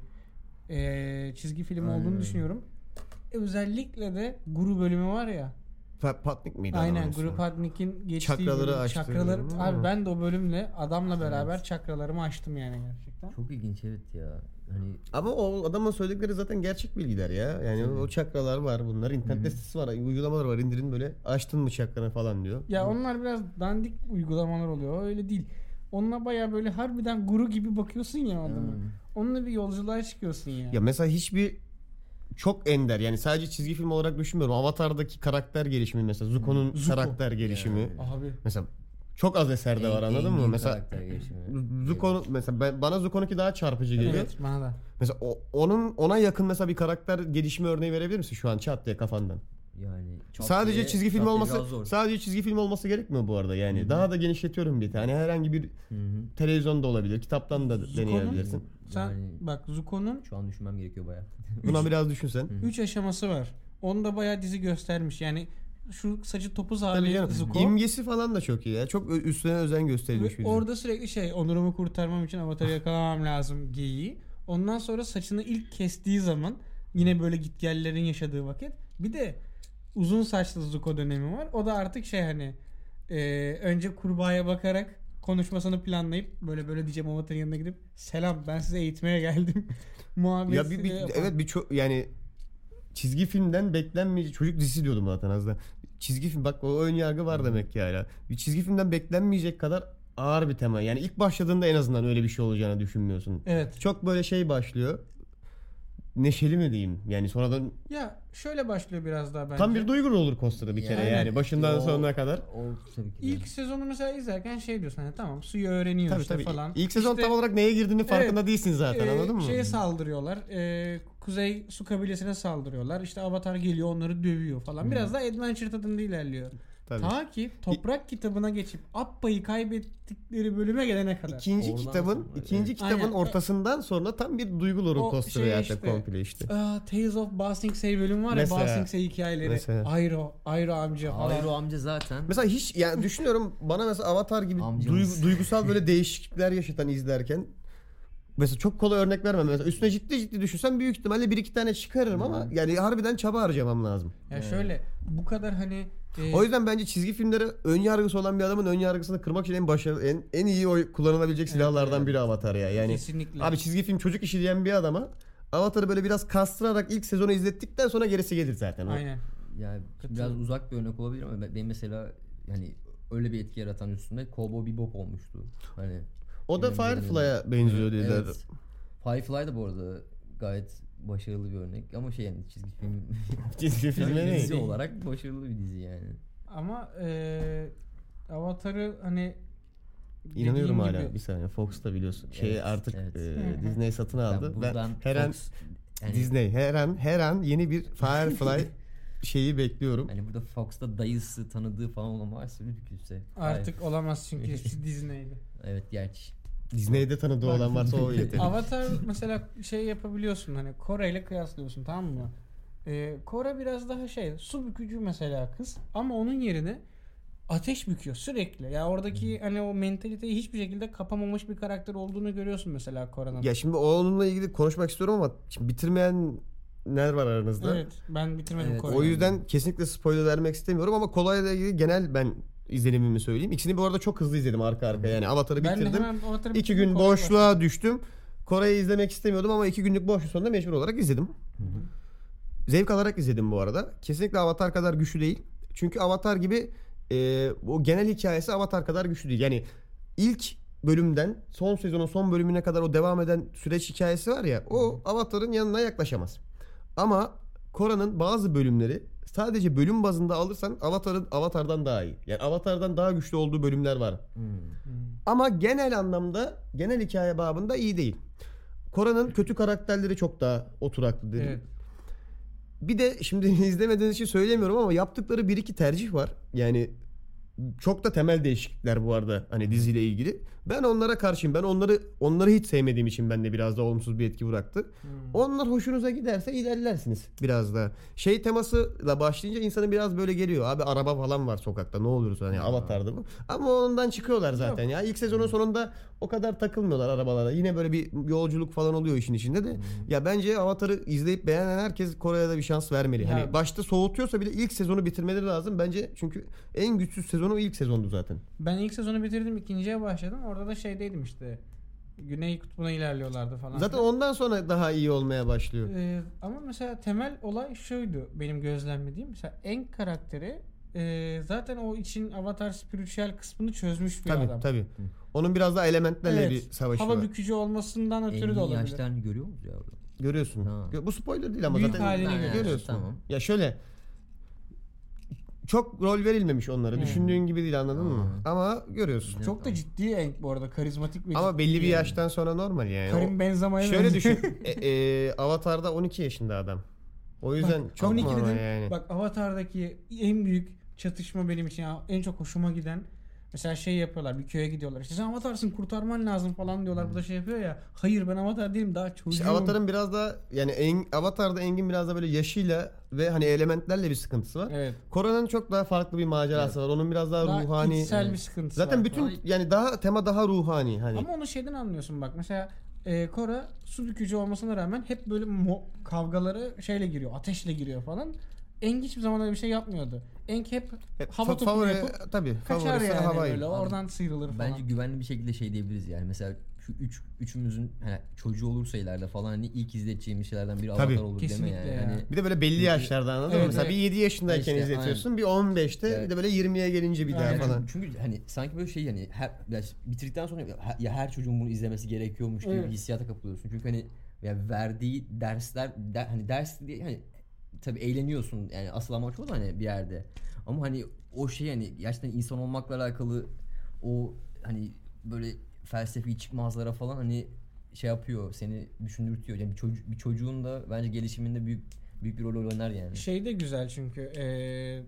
e, çizgi film Aynen olduğunu öyle. düşünüyorum. E, özellikle de Guru bölümü var ya. Pa- Patnik miydi? Aynen adamın ismi? Guru Padnik'in geçtiği Çakraları bölüm. açtı. Çakraları, Hmm. abi ben de o bölümle adamla beraber çakralarımı açtım yani gerçekten. Çok ilginç evet ya. Hani Ama o adamın söyledikleri zaten gerçek bilgiler ya. Yani o çakralar var bunlar. İnternet sitesi var. Uygulamalar var. İndirin böyle açtın mı çakranı falan diyor. Ya onlar biraz dandik uygulamalar oluyor. Öyle değil. Onunla baya böyle harbiden guru gibi bakıyorsun ya adamı. Hmm. Onunla bir yolculuğa çıkıyorsun ya. Ya mesela hiçbir çok ender yani sadece çizgi film olarak düşünmüyorum. Avatar'daki karakter gelişimi mesela Zuko'nun Zuko. karakter gelişimi. Abi. Mesela çok az eserde var en- anladın en mı? iyi Mesela karakter gelişimi. Zuko mesela ben, bana Zuko'nunki daha çarpıcı geliyor. Evet bana da. Mesela o, onun ona yakın mesela bir karakter gelişimi örneği verebilir misin şu an çat diye kafandan? Yani çat Sadece diye- çizgi film çat diye olması biraz zor. sadece çizgi film olması gerekmiyor bu arada yani. Daha da genişletiyorum bir tane. Herhangi bir Hı hı. televizyonda olabilir, kitaptan da Zuko'nun- deneyebilirsin. Sen Yani- bak Zuko'nun Şu an düşünmem gerekiyor baya. Buna biraz düşünsen. üç aşaması var. Onu da bayağı dizi göstermiş. Yani şu saçı topuz Tabii hali canım. Zuko. İmgesi falan da çok iyi ya. Çok ö- üstüne özen gösterilmiş Ve bir dizi. orada sürekli şey onurumu kurtarmam için avatarı yakalamam lazım geyiği. Ondan sonra saçını ilk kestiği zaman yine böyle gitgellerin yaşadığı vakit. Bir de uzun saçlı Zuko dönemi var. O da artık şey hani e, önce kurbağaya bakarak konuşmasını planlayıp böyle böyle diyeceğim avatarın yanına gidip selam ben size eğitmeye geldim. Muhabbet Ya bir, bir- evet bir çok yani çizgi filmden beklenmeyecek çocuk dizisi diyordum zaten az da. çizgi film bak o ön yargı var demek ki hala. Bir çizgi filmden beklenmeyecek kadar ağır bir tema. Yani ilk başladığında en azından öyle bir şey olacağını düşünmüyorsun. Evet. Çok böyle şey başlıyor. Neşeli mi diyeyim? Yani sonradan Ya şöyle başlıyor biraz daha bence. tam bir duygu roller coaster'ı bir kere Yani yani başından o- sonuna kadar. O tabii ki. de. İlk sezonu mesela izlerken şey diyorsun hani tamam suyu öğreniyor Tabii işte tabii. falan. İlk sezon İşte, tam olarak neye girdiğini farkında evet, değilsin zaten e, anladın mı? Şeye saldırıyorlar. E, Kuzey su kabilesine saldırıyorlar. İşte Avatar geliyor onları dövüyor falan. Biraz daha adventure tadında ilerliyor. Tabii. Ta ki Toprak kitabına geçip Appa'yı kaybettikleri bölüme gelene kadar. İkinci Oradan kitabın sonra, ikinci evet. kitabın Aynen. ortasından sonra tam bir duygu roller O coaster'ı şey yani işte, komple işte. Aa, Tales of Ba Sing Se bölüm var Mesela. ya Ba Sing Se hikayeleri. Mesela. Ayro, Ayro amca falan. Ayro amca zaten. Mesela hiç yani düşünüyorum bana mesela Avatar gibi Amcamız. duygu- duygusal böyle değişiklikler yaşatan izlerken mesela çok kolay örnek vermem. Mesela üstüne ciddi ciddi düşünsem büyük ihtimalle bir iki tane çıkarırım ama yani harbiden çaba harcamam lazım. Ya şöyle bu kadar hani e, O yüzden bence çizgi filmlere ön yargısı olan bir adamın ön yargısını kırmak için en başarılı en, en iyi oy kullanılabilecek silahlardan biri Avatar ya. Yani kesinlikle. abi çizgi film çocuk işi diyen bir adama Avatar'ı böyle biraz kastırarak ilk sezonu izlettikten sonra gerisi gelir zaten. O. Aynen. Yani biraz uzak bir örnek olabilir ama ben- benim mesela yani öyle bir etki yaratan üstünde Cowboy Bebop olmuştu. Hani O da bilmiyorum, Firefly'a benziyor dediler. Evet. Firefly da bu arada gayet başarılı bir örnek ama şey yani çizgi film Çizgi filme dizi ne? olarak başarılı bir dizi yani. Ama e, Avatar'ı hani İnanıyorum dediğim hala gibi- bir saniye Fox'ta biliyorsun. Şey Evet, artık evet. e, Disney satın aldı. Yani Ben buradan her an Fox- yani, Disney her an her an yeni bir Firefly şeyi bekliyorum. hani burada Fox'ta dayısı tanıdığı falan olan varsa lütfü Artık olamaz çünkü Disney'di. Evet gerçi. Disney'de tanıdığı olan varsa o yeter. Avatar mesela şey yapabiliyorsun hani Kore ile kıyaslıyorsun tamam mı? Ee, Kore biraz daha şey su bükücü mesela kız ama onun yerine ateş büküyor sürekli. Ya yani oradaki hani o mentaliteyi hiçbir şekilde kapamamış bir karakter olduğunu görüyorsun mesela Kore'nin. Ya şimdi onunla ilgili konuşmak istiyorum ama şimdi bitirmeyenler var aranızda. Evet ben bitirmedim Evet, Kore'yi. O yüzden kesinlikle spoiler vermek istemiyorum ama kolayla ilgili genel ben izlenimimi söyleyeyim. İkisini bu arada çok hızlı izledim arka arkaya. Yani Avatar'ı ben de bitirdim. hemen Avatar'ı İki bitirdim, gün Kore'ye boşluğa düştüm. Kore'yi izlemek istemiyordum ama iki günlük boşluk sonunda mecbur olarak izledim. Zevk alarak izledim bu arada. Kesinlikle Avatar kadar güçlü değil. Çünkü Avatar gibi e, o genel hikayesi Avatar kadar güçlü değil. Yani ilk bölümden son sezonun son bölümüne kadar o devam eden süreç hikayesi var ya o Avatar'ın yanına yaklaşamaz. Ama Kora'nın bazı bölümleri sadece bölüm bazında alırsan Avatar'ın Avatar'dan daha iyi. Yani Avatar'dan daha güçlü olduğu bölümler var. Ama genel anlamda genel hikaye babında iyi değil. Kora'nın kötü karakterleri çok daha oturaklı dedim. Evet. Bir de şimdi izlemediğiniz için söylemiyorum ama yaptıkları bir iki tercih var. Yani çok da temel değişiklikler bu arada hani diziyle ilgili. Ben onlara karşıyım. Ben onları onları hiç sevmediğim için bende biraz da olumsuz bir etki bıraktı. Onlar hoşunuza giderse ilerlersiniz biraz da. Şey temasıyla başlayınca insanın biraz böyle geliyor. Abi araba falan var sokakta. Ne oluruz hani Avatar'da bu. Ama ondan çıkıyorlar zaten ya. İlk sezonun sonunda o kadar takılmıyorlar arabalara. Yine böyle bir yolculuk falan oluyor işin içinde de. Ya bence Avatar'ı izleyip beğenen herkes Kore'ye de bir şans vermeli. Ya- Hani başta soğutuyorsa bile ilk sezonu bitirmeleri lazım. Bence çünkü en güçsüz sezonu ilk sezondu zaten. Ben ilk sezonu bitirdim ikinciye başladım. Orada da şeydeydim işte. Güney kutbuna ilerliyorlardı falan. Zaten filan. ondan sonra daha iyi olmaya başlıyor. Ee, ama mesela temel olay şuydu benim gözlemlediğim. Mesela en karakteri e, zaten o için Avatar spiritüel kısmını çözmüş bir Tabii adam. tabii. Onun biraz daha elementlerle Evet, bir savaşı hava var. bükücü olmasından ötürü de Engin olabilir. yaşlarını görüyor muyuz ya orada? Görüyorsun. Ha. Gö- Bu spoiler değil ama Büyük zaten halini görüyorsun. görüyorsun. Tamam. Ya şöyle çok rol verilmemiş onlara. Hmm. Düşündüğün gibi değil anladın mı? Hmm. Ama görüyorsun. Çok da ciddi Enk bu arada karizmatik ve Ama ciddi belli bir yani. yaştan sonra normal yani. Karim O- Benzema'ya şöyle benziyor. düşün. e, e, Avatar'da on iki yaşında adam. O yüzden Bak, çok on iki normal dedim. yani. Bak Avatar'daki en büyük çatışma benim için ya, en çok hoşuma giden mesela şey yapıyorlar bir köye gidiyorlar. İşte sen Avatar'sın kurtarman lazım falan diyorlar. Bu da şey yapıyor ya. Hayır ben Avatar değilim daha çocuğum. İşte Avatar'ın biraz da yani en, Avatar'da Engin biraz da böyle yaşıyla ve hani elementlerle bir sıkıntısı var. Evet. Kora'nın çok daha farklı bir macerası var. Onun biraz daha, Daha ruhani. içsel bir sıkıntısı Zaten var bütün falan. yani daha tema daha ruhani hani. Ama onu şeyden anlıyorsun bak. Mesela e, Korra su bükücü olmasına rağmen hep böyle mo- kavgaları şeyle giriyor. Ateşle giriyor falan. Enk hiçbir zaman öyle bir şey yapmıyordu. Enk hep, Hep hava fa- topu favori- yapıp tabii kaçar favorisi yani havayı. böyle. Oradan sıyrılır falan. Bence güvenli bir şekilde şey diyebiliriz yani. Mesela şu üç üçümüzün hani çocuğu olursa ileride falan hani ilk izleteceğimiz şeylerden biri Tabii. Avatar olur Kesinlikle deme yani. ya. Hani Bir de böyle belli yaşlarda anladın mı? Evet, Mesela evet. bir yedi yaşındayken İşte, izletiyorsun. Bir on beşte Evet. bir de böyle yirmiye gelince bir daha Aynen. falan. Çünkü hani sanki böyle şey yani her ya bitirdikten sonra ya, ya her çocuğun bunu izlemesi gerekiyormuş gibi Evet. bir hissiyata kapılıyorsun. Çünkü hani ya verdiği dersler der, hani ders diye hani tabii eğleniyorsun yani asıl amaç o da hani bir yerde. Ama hani o şey hani gerçekten insan olmakla alakalı o hani böyle felsefi çıkmazlara falan hani şey yapıyor, seni düşündürtüyor. Yani bir, çocuk, bir çocuğun da bence gelişiminde büyük büyük bir rol oynar yani. Şey de güzel çünkü eee,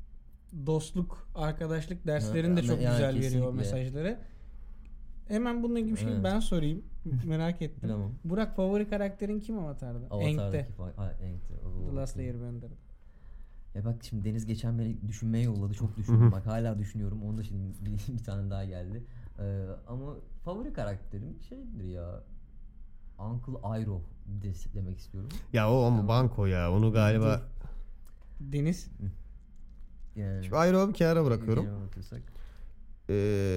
dostluk, arkadaşlık derslerini de Ha, çok yani güzel veriyor o kesinlikle. mesajları. Hemen bununla ilgili bir şey Evet. ben sorayım. Merak ettim. Tamam. Burak, favori karakterin kim Avatar'da? Aang'te. Avatar'daki falan. Ha, Aang'te. O- The Last okey. Airbender'da. Ya bak şimdi Deniz geçen beni düşünmeye yolladı. Çok düşündüm. Bak hala düşünüyorum. Onda şimdi bir, bir tane daha geldi. Ee, ama favori karakterim şeydir ya. Uncle Iroh de- demek istiyorum. Ya o ama banko ya. Onu galiba Deniz. Yani Şimdi Iroh'u bir kenara bırakıyorum. genel bakırsak, Ee,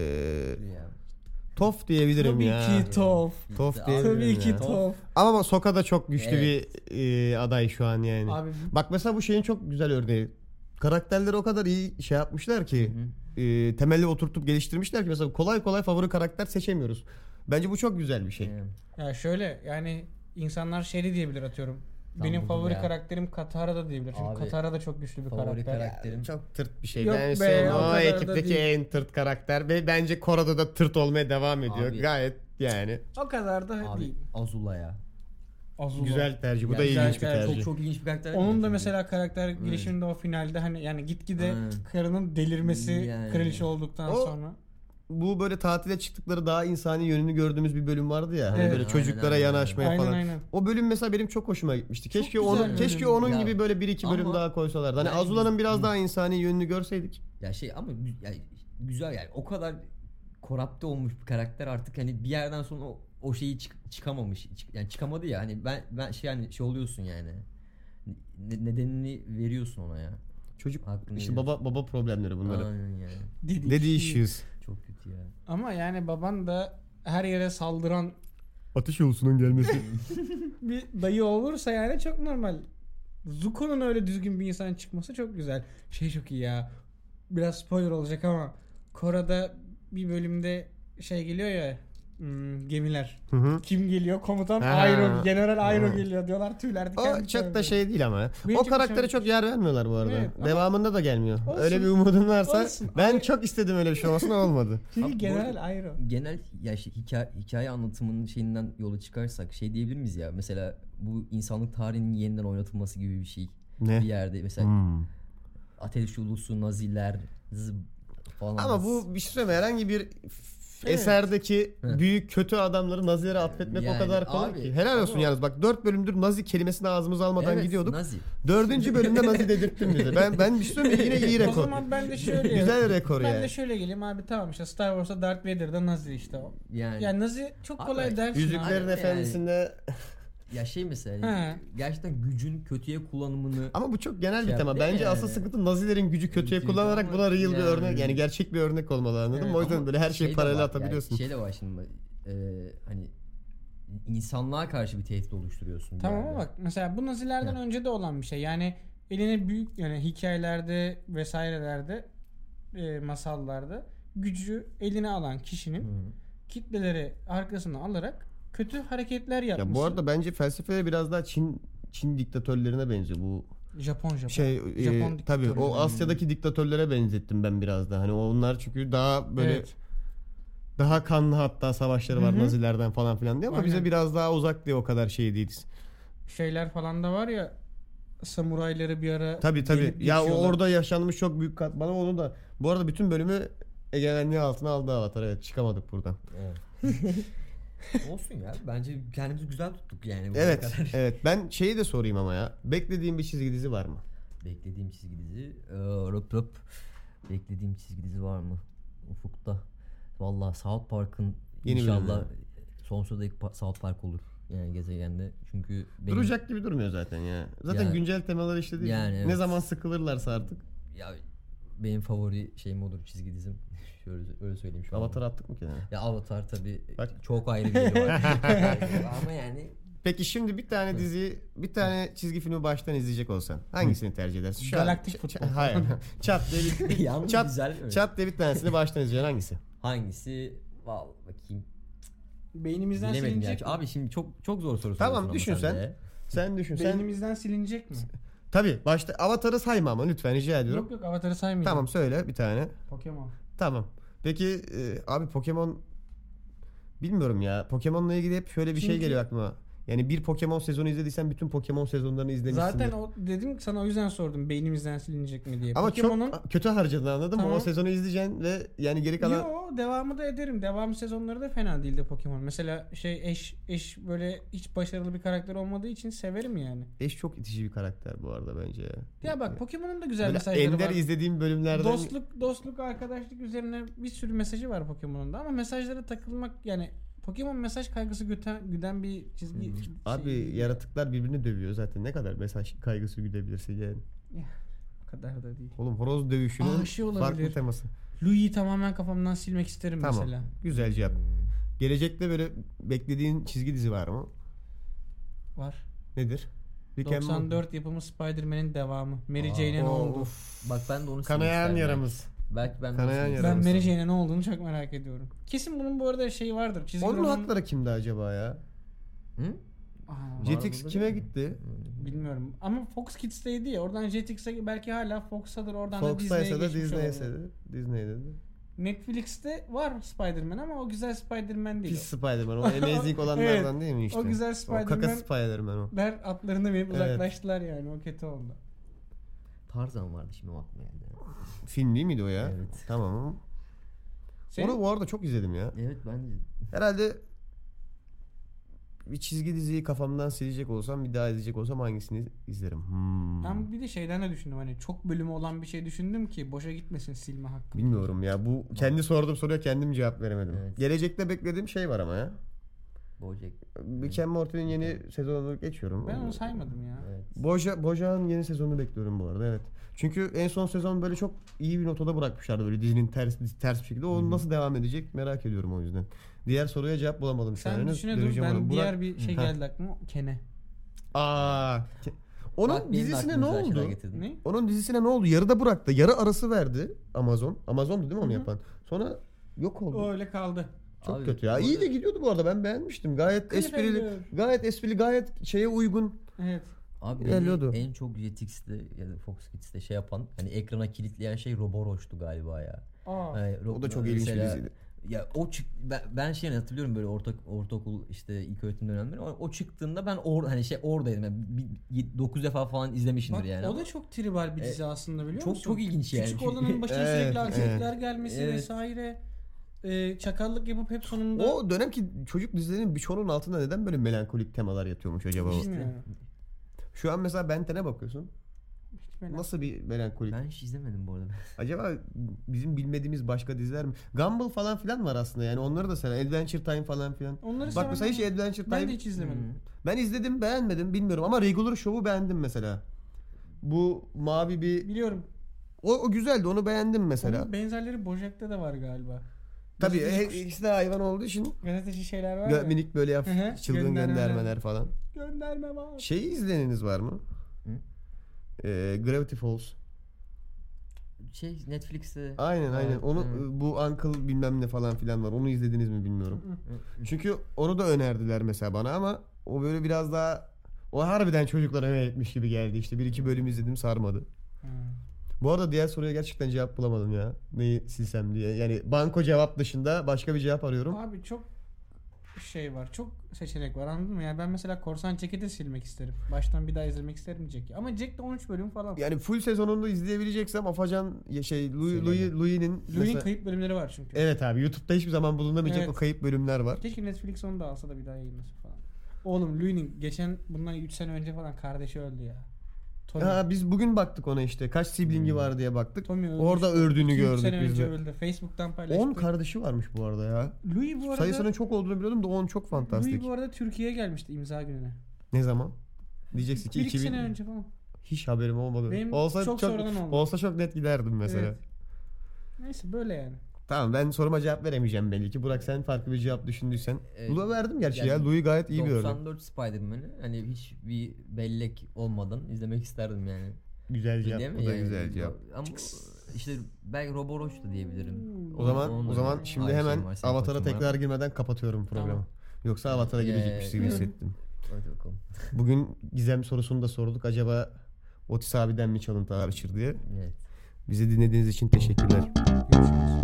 ya. Tof diyebilirim Tabii ya. ki Toph. Tof Abi, diyebilirim Tabii ki ya. Toph. Ama bak Sokka çok güçlü Evet. bir e, aday şu an yani. Abi Bak mesela bu şeyin çok güzel örneği. Karakterleri o kadar iyi şey yapmışlar ki e, temeli oturtup geliştirmişler ki mesela kolay kolay favori karakter seçemiyoruz. Bence bu çok güzel bir şey. Yani. ya şöyle yani insanlar şey de diyebilir atıyorum. Tam Benim buldum favori ya. karakterim Katara da diyebilir. Çünkü Abi, Katara da çok güçlü bir favori karakter. karakterim. Çok tırt bir şey. Yok ben be, sevmem. o o kadar da ekipteki değil. en tırt karakter ve bence Korada da tırt olmaya devam ediyor. Abi. Gayet yani O kadar da Abi değil. Azula ya. Azula. güzel tercih. Bu Ya da güzel ilginç bir tercih. tercih. Çok çok ilginç bir karakter. Onun değil da mi? mesela karakter gelişiminde o finalde hani yani gitgide Aynen. karının delirmesi Yani. kraliçe olduktan O- sonra. Bu böyle tatile çıktıkları daha insani yönünü gördüğümüz bir bölüm vardı ya. Hani Evet. böyle Aynen, çocuklara aynen, yanaşmaya aynen. falan. Aynen, aynen. O bölüm mesela benim çok hoşuma gitmişti. Keşke güzel onun bölüm. keşke onun Ya, gibi böyle bir iki bölüm ama daha koysalardı. Hani bence Azula'nın biz- biraz daha insani yönünü görseydik. Ya şey ama gü- yani güzel yani o kadar korapte olmuş bir karakter artık hani bir yerden sonra o, o şeyi çık- çıkamamış çık- yani çıkamadı ya hani ben ben şey yani şey oluyorsun yani Ne- nedenini veriyorsun ona ya. Çocuk Hakkını işte veriyorsun. baba baba problemleri bunları. Aynen yani. Dedi Daddy ki- issues. Çok kötü ya. Ama yani baban da her yere saldıran Ateş yolusunun gelmesi. bir dayı olursa yani çok normal. Zuko'nun öyle düzgün bir insan çıkması çok güzel. Şey çok iyi ya. Biraz spoiler olacak ama Korada bir bölümde şey geliyor ya hmm, gemiler. Hı hı. Kim geliyor? Komutan Ha. Ayro, General Ayro Ha. geliyor diyorlar. Tüyler diken O diken çok da oluyor. şey değil ama. Benim o çok karaktere hoşuma çok yer vermiyorlar bu arada. Evet, ama- Devamında da gelmiyor. Olsun. Öyle bir umudun varsa Olsun. ben Ama- çok istedim öyle bir şey olmasına olmadı. Çünkü Abi bu General arada- Ayro. Genel ya şey, hikaye, hikaye anlatımının şeyinden yola çıkarsak şey diyebilir miyiz ya mesela bu insanlık tarihinin yeniden oynatılması gibi bir şey Ne? bir yerde mesela Hmm. Ateş Ulusu, Naziler zı- falan. Ama bu bir şey söyleyeyim herhangi bir f- Evet. eserdeki Hı. büyük kötü adamları Nazilere atfetmek Yani o kadar kolay abi, ki. Helal olsun ama- yalnız bak dört bölümdür Nazi kelimesini ağzımıza almadan Evet, gidiyorduk. Nazi. Dördüncü bölümde Nazi dedirttin bize. Ben ben bir şey söyleyeyim mi? Yine iyi O rekor. zaman ben de şöyle Güzel rekor Ben yani. de şöyle geleyim abi tamam işte Star Wars'ta Darth Vader'da Nazi işte o. Yani, Yani Nazi çok Abi, kolay dersin Yüzüklerin abi. Yani- Efendisi'nde ya şey mesela He. hani gerçekten gücün kötüye kullanımını ama bu çok genel bir Şey tema. yaptı Bence yani. asıl sıkıntı Nazilerin gücü kötüye Kötüydü kullanarak ama buna real bir yani- örnek yani gerçek bir örnek olmalı anladın mı? Evet, O yüzden Ama böyle her şeyi şey de paralel var, atabiliyorsun. Yani şey de var şimdi e, hani insanlığa karşı bir tehdit oluşturuyorsun. bir Tamam yerde. ama bak mesela bu Nazilerden önce de olan bir şey. Yani eline büyük yani hikayelerde vesairelerde e, masallarda gücü eline alan kişinin Hı. kitleleri arkasına alarak kötü hareketler yapması. Ya bu arada bence felsefeye biraz daha Çin Çin diktatörlerine benziyor bu. Japon Japon. Şey e, Japon tabii o diktatörleri. Asya'daki diktatörlere benzettim ben biraz da. Hani onlar çünkü daha böyle Evet. daha kanlı hatta savaşları var Hı hı. Nazilerden falan filan diye ama bize Aynen. biraz daha uzak diye o kadar şey değiliz. Şeyler falan da var ya samurayları bir ara Tabii tabii. gelip Ya o geçiyorlar. orada yaşanmış çok büyük kat. Bana onu da bu arada bütün bölümü egemenliği altına aldı Avatar. Evet çıkamadık buradan. Olsun ya. Bence kendimizi güzel tuttuk yani. buraya Evet. kadar. Evet. Ben şeyi de sorayım ama ya. Beklediğim bir çizgi dizi var mı? Beklediğim çizgi dizi. Ee, röp röp. Beklediğim çizgi dizi var mı? Ufukta. Vallahi South Park'ın Yeni inşallah bölümü. sonsuza dek Pa- South Park olur. Yani gezegende. Çünkü benim, Duracak gibi durmuyor zaten ya. Zaten Ya- güncel temalar işlediği için. Yani Ne evet. zaman sıkılırlarsa artık. ya benim favori şeyim olur, çizgi dizim. Şöyle öyle söyleyeyim şu an. Avatar attık mı kenara? Ya Avatar tabii Bak. çok ayrı bir yeri var. Ama yani Peki şimdi bir tane dizi, bir tane çizgi filmi baştan izleyecek olsan hangisini tercih edersin? Şu an- Galaktik ç- Futbol. ç- Hayır. Çat diye bir, bir Yalnız çat, güzel, evet. çat diye bir tanesini baştan izleyeceksin hangisi? hangisi? Vallahi bakayım. Beynimizden Bilemedim ya. silinecek mi? Abi şimdi çok çok zor soru Tamam, soruyorsun düşün ama sen. de. Sen düşün. Sen Beynimizden silinecek mi? tabii başta Avatar'ı sayma ama lütfen rica ediyorum. Yok yok Avatar'ı saymayacağım. Tamam söyle bir tane. Pokemon. Tamam. Peki e, abi Pokemon bilmiyorum ya. Pokemon'la ilgili hep şöyle bir şey Çünkü- geliyor aklıma. Yani bir Pokemon sezonu izlediysen bütün Pokemon sezonlarını izlemişsindir. Zaten o dedim sana o yüzden sordum beynimizden silinecek mi diye. ama Pokemon'un çok kötü harcadın anladın mı? Tamam. O sezonu izleyeceksin ve yani geri kalan Yo devamı da ederim. Devam sezonları da fena değildi Pokemon. Mesela şey eş eş böyle hiç başarılı bir karakter olmadığı için severim yani. Eş çok itici bir karakter bu arada bence ya. Ya bak Pokemon'un da güzel Böyle mesajları ender var. izlediğim bölümlerden Dostluk, dostluk, arkadaşlık üzerine bir sürü mesajı var Pokemon'un da ama mesajlara takılmak yani Pokemon mesaj kaygısı güten, güden bir çizgi. şey abi değil. yaratıklar birbirini dövüyor zaten. Ne kadar mesaj kaygısı güdebilirsin yani. O kadar da değil. Oğlum horoz dövüşünün Aa, şey olabilir. farklı teması. Louis'i tamamen kafamdan silmek isterim Tamam. mesela. Güzel cevap. Gelecekte böyle beklediğin çizgi dizi var mı? Var. Nedir? Rick and Morty. doksan dört yapımı Spider-Man'in devamı. Mary Aa, Jane'e ne oldu? Bak ben de onu Kanayan silmek isterim yaramız. belki. Belki ben de Kanayan onu silmek yaramız. Ben isterim. Mary Jane'e ne olduğunu çok merak ediyorum. Kesin bunun bu arada şeyi vardır. Çizgi Onun roman- hakları kimdi acaba ya? Hı? Aa, Jetix Marvel'da kime değil mi? gitti? bilmiyorum. Ama Fox Kids'teydi ya. Oradan Jetix'e belki hala Fox'adır. Oradan da Fox'taysa Disney'e da geçmiş Disney'se olabilir. de Disney'de de. Netflix'te var Spider-Man ama o güzel Spider-Man değil. Pis Spider-Man. O Amazing olanlardan Evet. değil mi işte? O güzel O kaka Spider-Man. Spider-Man o. Der atlarını verip Evet. uzaklaştılar yani. O kötü oldu. Tarzan vardı şimdi o aklıma geldi. Film değil miydi o ya? Evet. Tamam. Senin- Onu bu arada çok izledim ya. Evet ben de. Herhalde bir çizgi diziyi kafamdan silecek olsam bir daha izleyecek olsam hangisini izlerim? Hmm. Ben bir de şeyden de düşündüm. Hani çok bölümü olan bir şey düşündüm ki boşa gitmesin silme hakkı. Bilmiyorum ya. Bu kendi sorduğum soruya kendim cevap veremedim. Evet. Gelecekte beklediğim şey var ama ya. Bojack. Rick and Morty'nin yeni sezonunu geçiyorum. Ben onu saymadım ya. Evet. Boja, Bojack'ın yeni sezonunu bekliyorum bu arada evet. Çünkü en son sezon böyle çok iyi bir notada bırakmışlardı böyle dizinin ters ters bir şekilde. O nasıl devam edecek merak ediyorum o yüzden. Diğer soruya cevap bulamadım şu an. Sen henüz. düşünüyordun. Döneceğim Ben ona. diğer Burak- bir şey Ha. geldi aklıma. Kene. Aa. ke- Onun Bak, benim de dizisine aklıma ne güzel şeyler oldu? getirdin. Ne? Onun dizisine ne oldu? Yarıda bıraktı. Yarı arası verdi Amazon. Amazon'du değil mi onu Hı hı. yapan? Sonra yok oldu. O öyle kaldı. Çok Abi, kötü ya. bu İyi de arada- gidiyordu bu arada. Ben beğenmiştim. Gayet esprili. Cliffhanger. Gayet esprili, gayet şeye uygun. Evet. Abi İlerliyordu. beni en çok Jetix'te ya da Fox Kids'te şey yapan hani ekrana kilitleyen şey Roboroch'tu galiba ya. Aa. Hani Ro- O da çok ilginç bir mesela- diziydi. Ya o çık ben, ben şey hatırlıyorum böyle orta ortaokul işte ilk öğretim dönemleri. O, o çıktığında ben or hani şey oradaydım. Yani dokuz defa falan izlemişimdir Bak, yani. o ama- da çok tribal bir dizi E, aslında biliyor çok- musun? çok ilginç yani. Küçük olanın başına Evet, sürekli aksilikler evet. gelmesi Evet. vesaire. Ee, çakallık yapıp hep sonunda O dönemki çocuk dizilerinin birçoğunun altında neden böyle melankolik temalar yatıyormuş acaba? o? bilmiyorum. Şu an mesela Benten'e bakıyorsun. Hiç merak- Nasıl bir melankolik? Ben hiç izlemedim bu arada. Acaba bizim bilmediğimiz başka diziler mi? Gumball falan filan var aslında yani onları da sen Adventure Time falan filan. Onları Bak mesela hiç sevmem. Adventure Ben Time de hiç izlemedim. Hmm. ben izledim beğenmedim bilmiyorum ama Regular Show'u beğendim mesela. Bu mavi bir Biliyorum. o, o güzeldi onu beğendim mesela. Onun benzerleri Bojack'ta da var galiba. Tabii Gazeteci he, kuş- ikisi de hayvan olduğu için gazeteci şeyler var gö- ya. minik böyle yap Hı hı, çılgın göndermeler. göndermeler falan. Gönderme var. Şeyi izleyeniniz var mı? Hı? Ee, Gravity Falls. Şey Netflix'te. Aynen aynen. Evet, Onu evet. bu Uncle bilmem ne falan filan var. Onu izlediniz mi bilmiyorum. Çünkü onu da önerdiler mesela bana ama o böyle biraz daha o harbiden çocuklara öğretmiş gibi geldi. İşte bir iki bölüm izledim sarmadı. Ha. Bu arada diğer soruya gerçekten cevap bulamadım ya. Neyi silsem diye. Yani banko cevap dışında başka bir cevap arıyorum. Abi çok şey var. Çok seçenek var anladın mı? Yani ben mesela Korsan Jack'i de silmek isterim. Baştan bir daha izlemek isterim Jack'i. Ama Jack de on üç bölüm falan. Yani full sezonunu izleyebileceksem Afacan ya şey Louis, Söyle. Louis, Louis'nin Louis'in mesela- kayıp bölümleri var çünkü. Evet abi YouTube'da hiçbir zaman bulunamayacak Evet. o kayıp bölümler var. Keşke Netflix onu da alsa da bir daha yayınlasın falan. Oğlum Louis'nin geçen bundan üç sene önce falan kardeşi öldü ya. Tommy. Ha, biz bugün baktık ona işte. Kaç siblingi var diye baktık. Tommy ölmüş. Orada ördüğünü iki üç gördük sene biz önce de. öldü. Facebook'tan paylaştı. on kardeşi varmış bu arada ya. Louis bu arada Sayısının çok olduğunu biliyordum da on çok fantastik. Louis bu arada Türkiye'ye gelmişti imza gününe. Ne zaman? Diyeceksin ki Bir iki iki bin. sene önce falan. Hiç haberim olmadı. Benim olsa çok çok sonradan oldu. olsa çok net giderdim mesela. Evet. Neyse böyle yani. Tamam, ben soruma cevap veremeyeceğim belli ki. Burak, sen farklı bir cevap düşündüysen. Evet. Lou'ya verdim gerçi Yani ya. Louis gayet iyi bir örnek. doksan dört Spider-Man'i hani hiç bir bellek olmadan izlemek isterdim yani. Güzel cevap. Değil mi? O da Yani güzel cevap. Ama işte belki Roboroch da diyebilirim. O zaman Onun o da zaman bir şimdi ayrı hemen şeyim var, Avatar'a sempatim var. tekrar girmeden kapatıyorum programı. Tamam. Yoksa Avatar'a girecekmiş gibi Ee, hissettim. Hadi bakalım. Bugün Gizem sorusunu da sorduk. Acaba Otis abiden mi çalıntı araşır diye. Evet. Bizi dinlediğiniz için teşekkürler. Görüşürüz.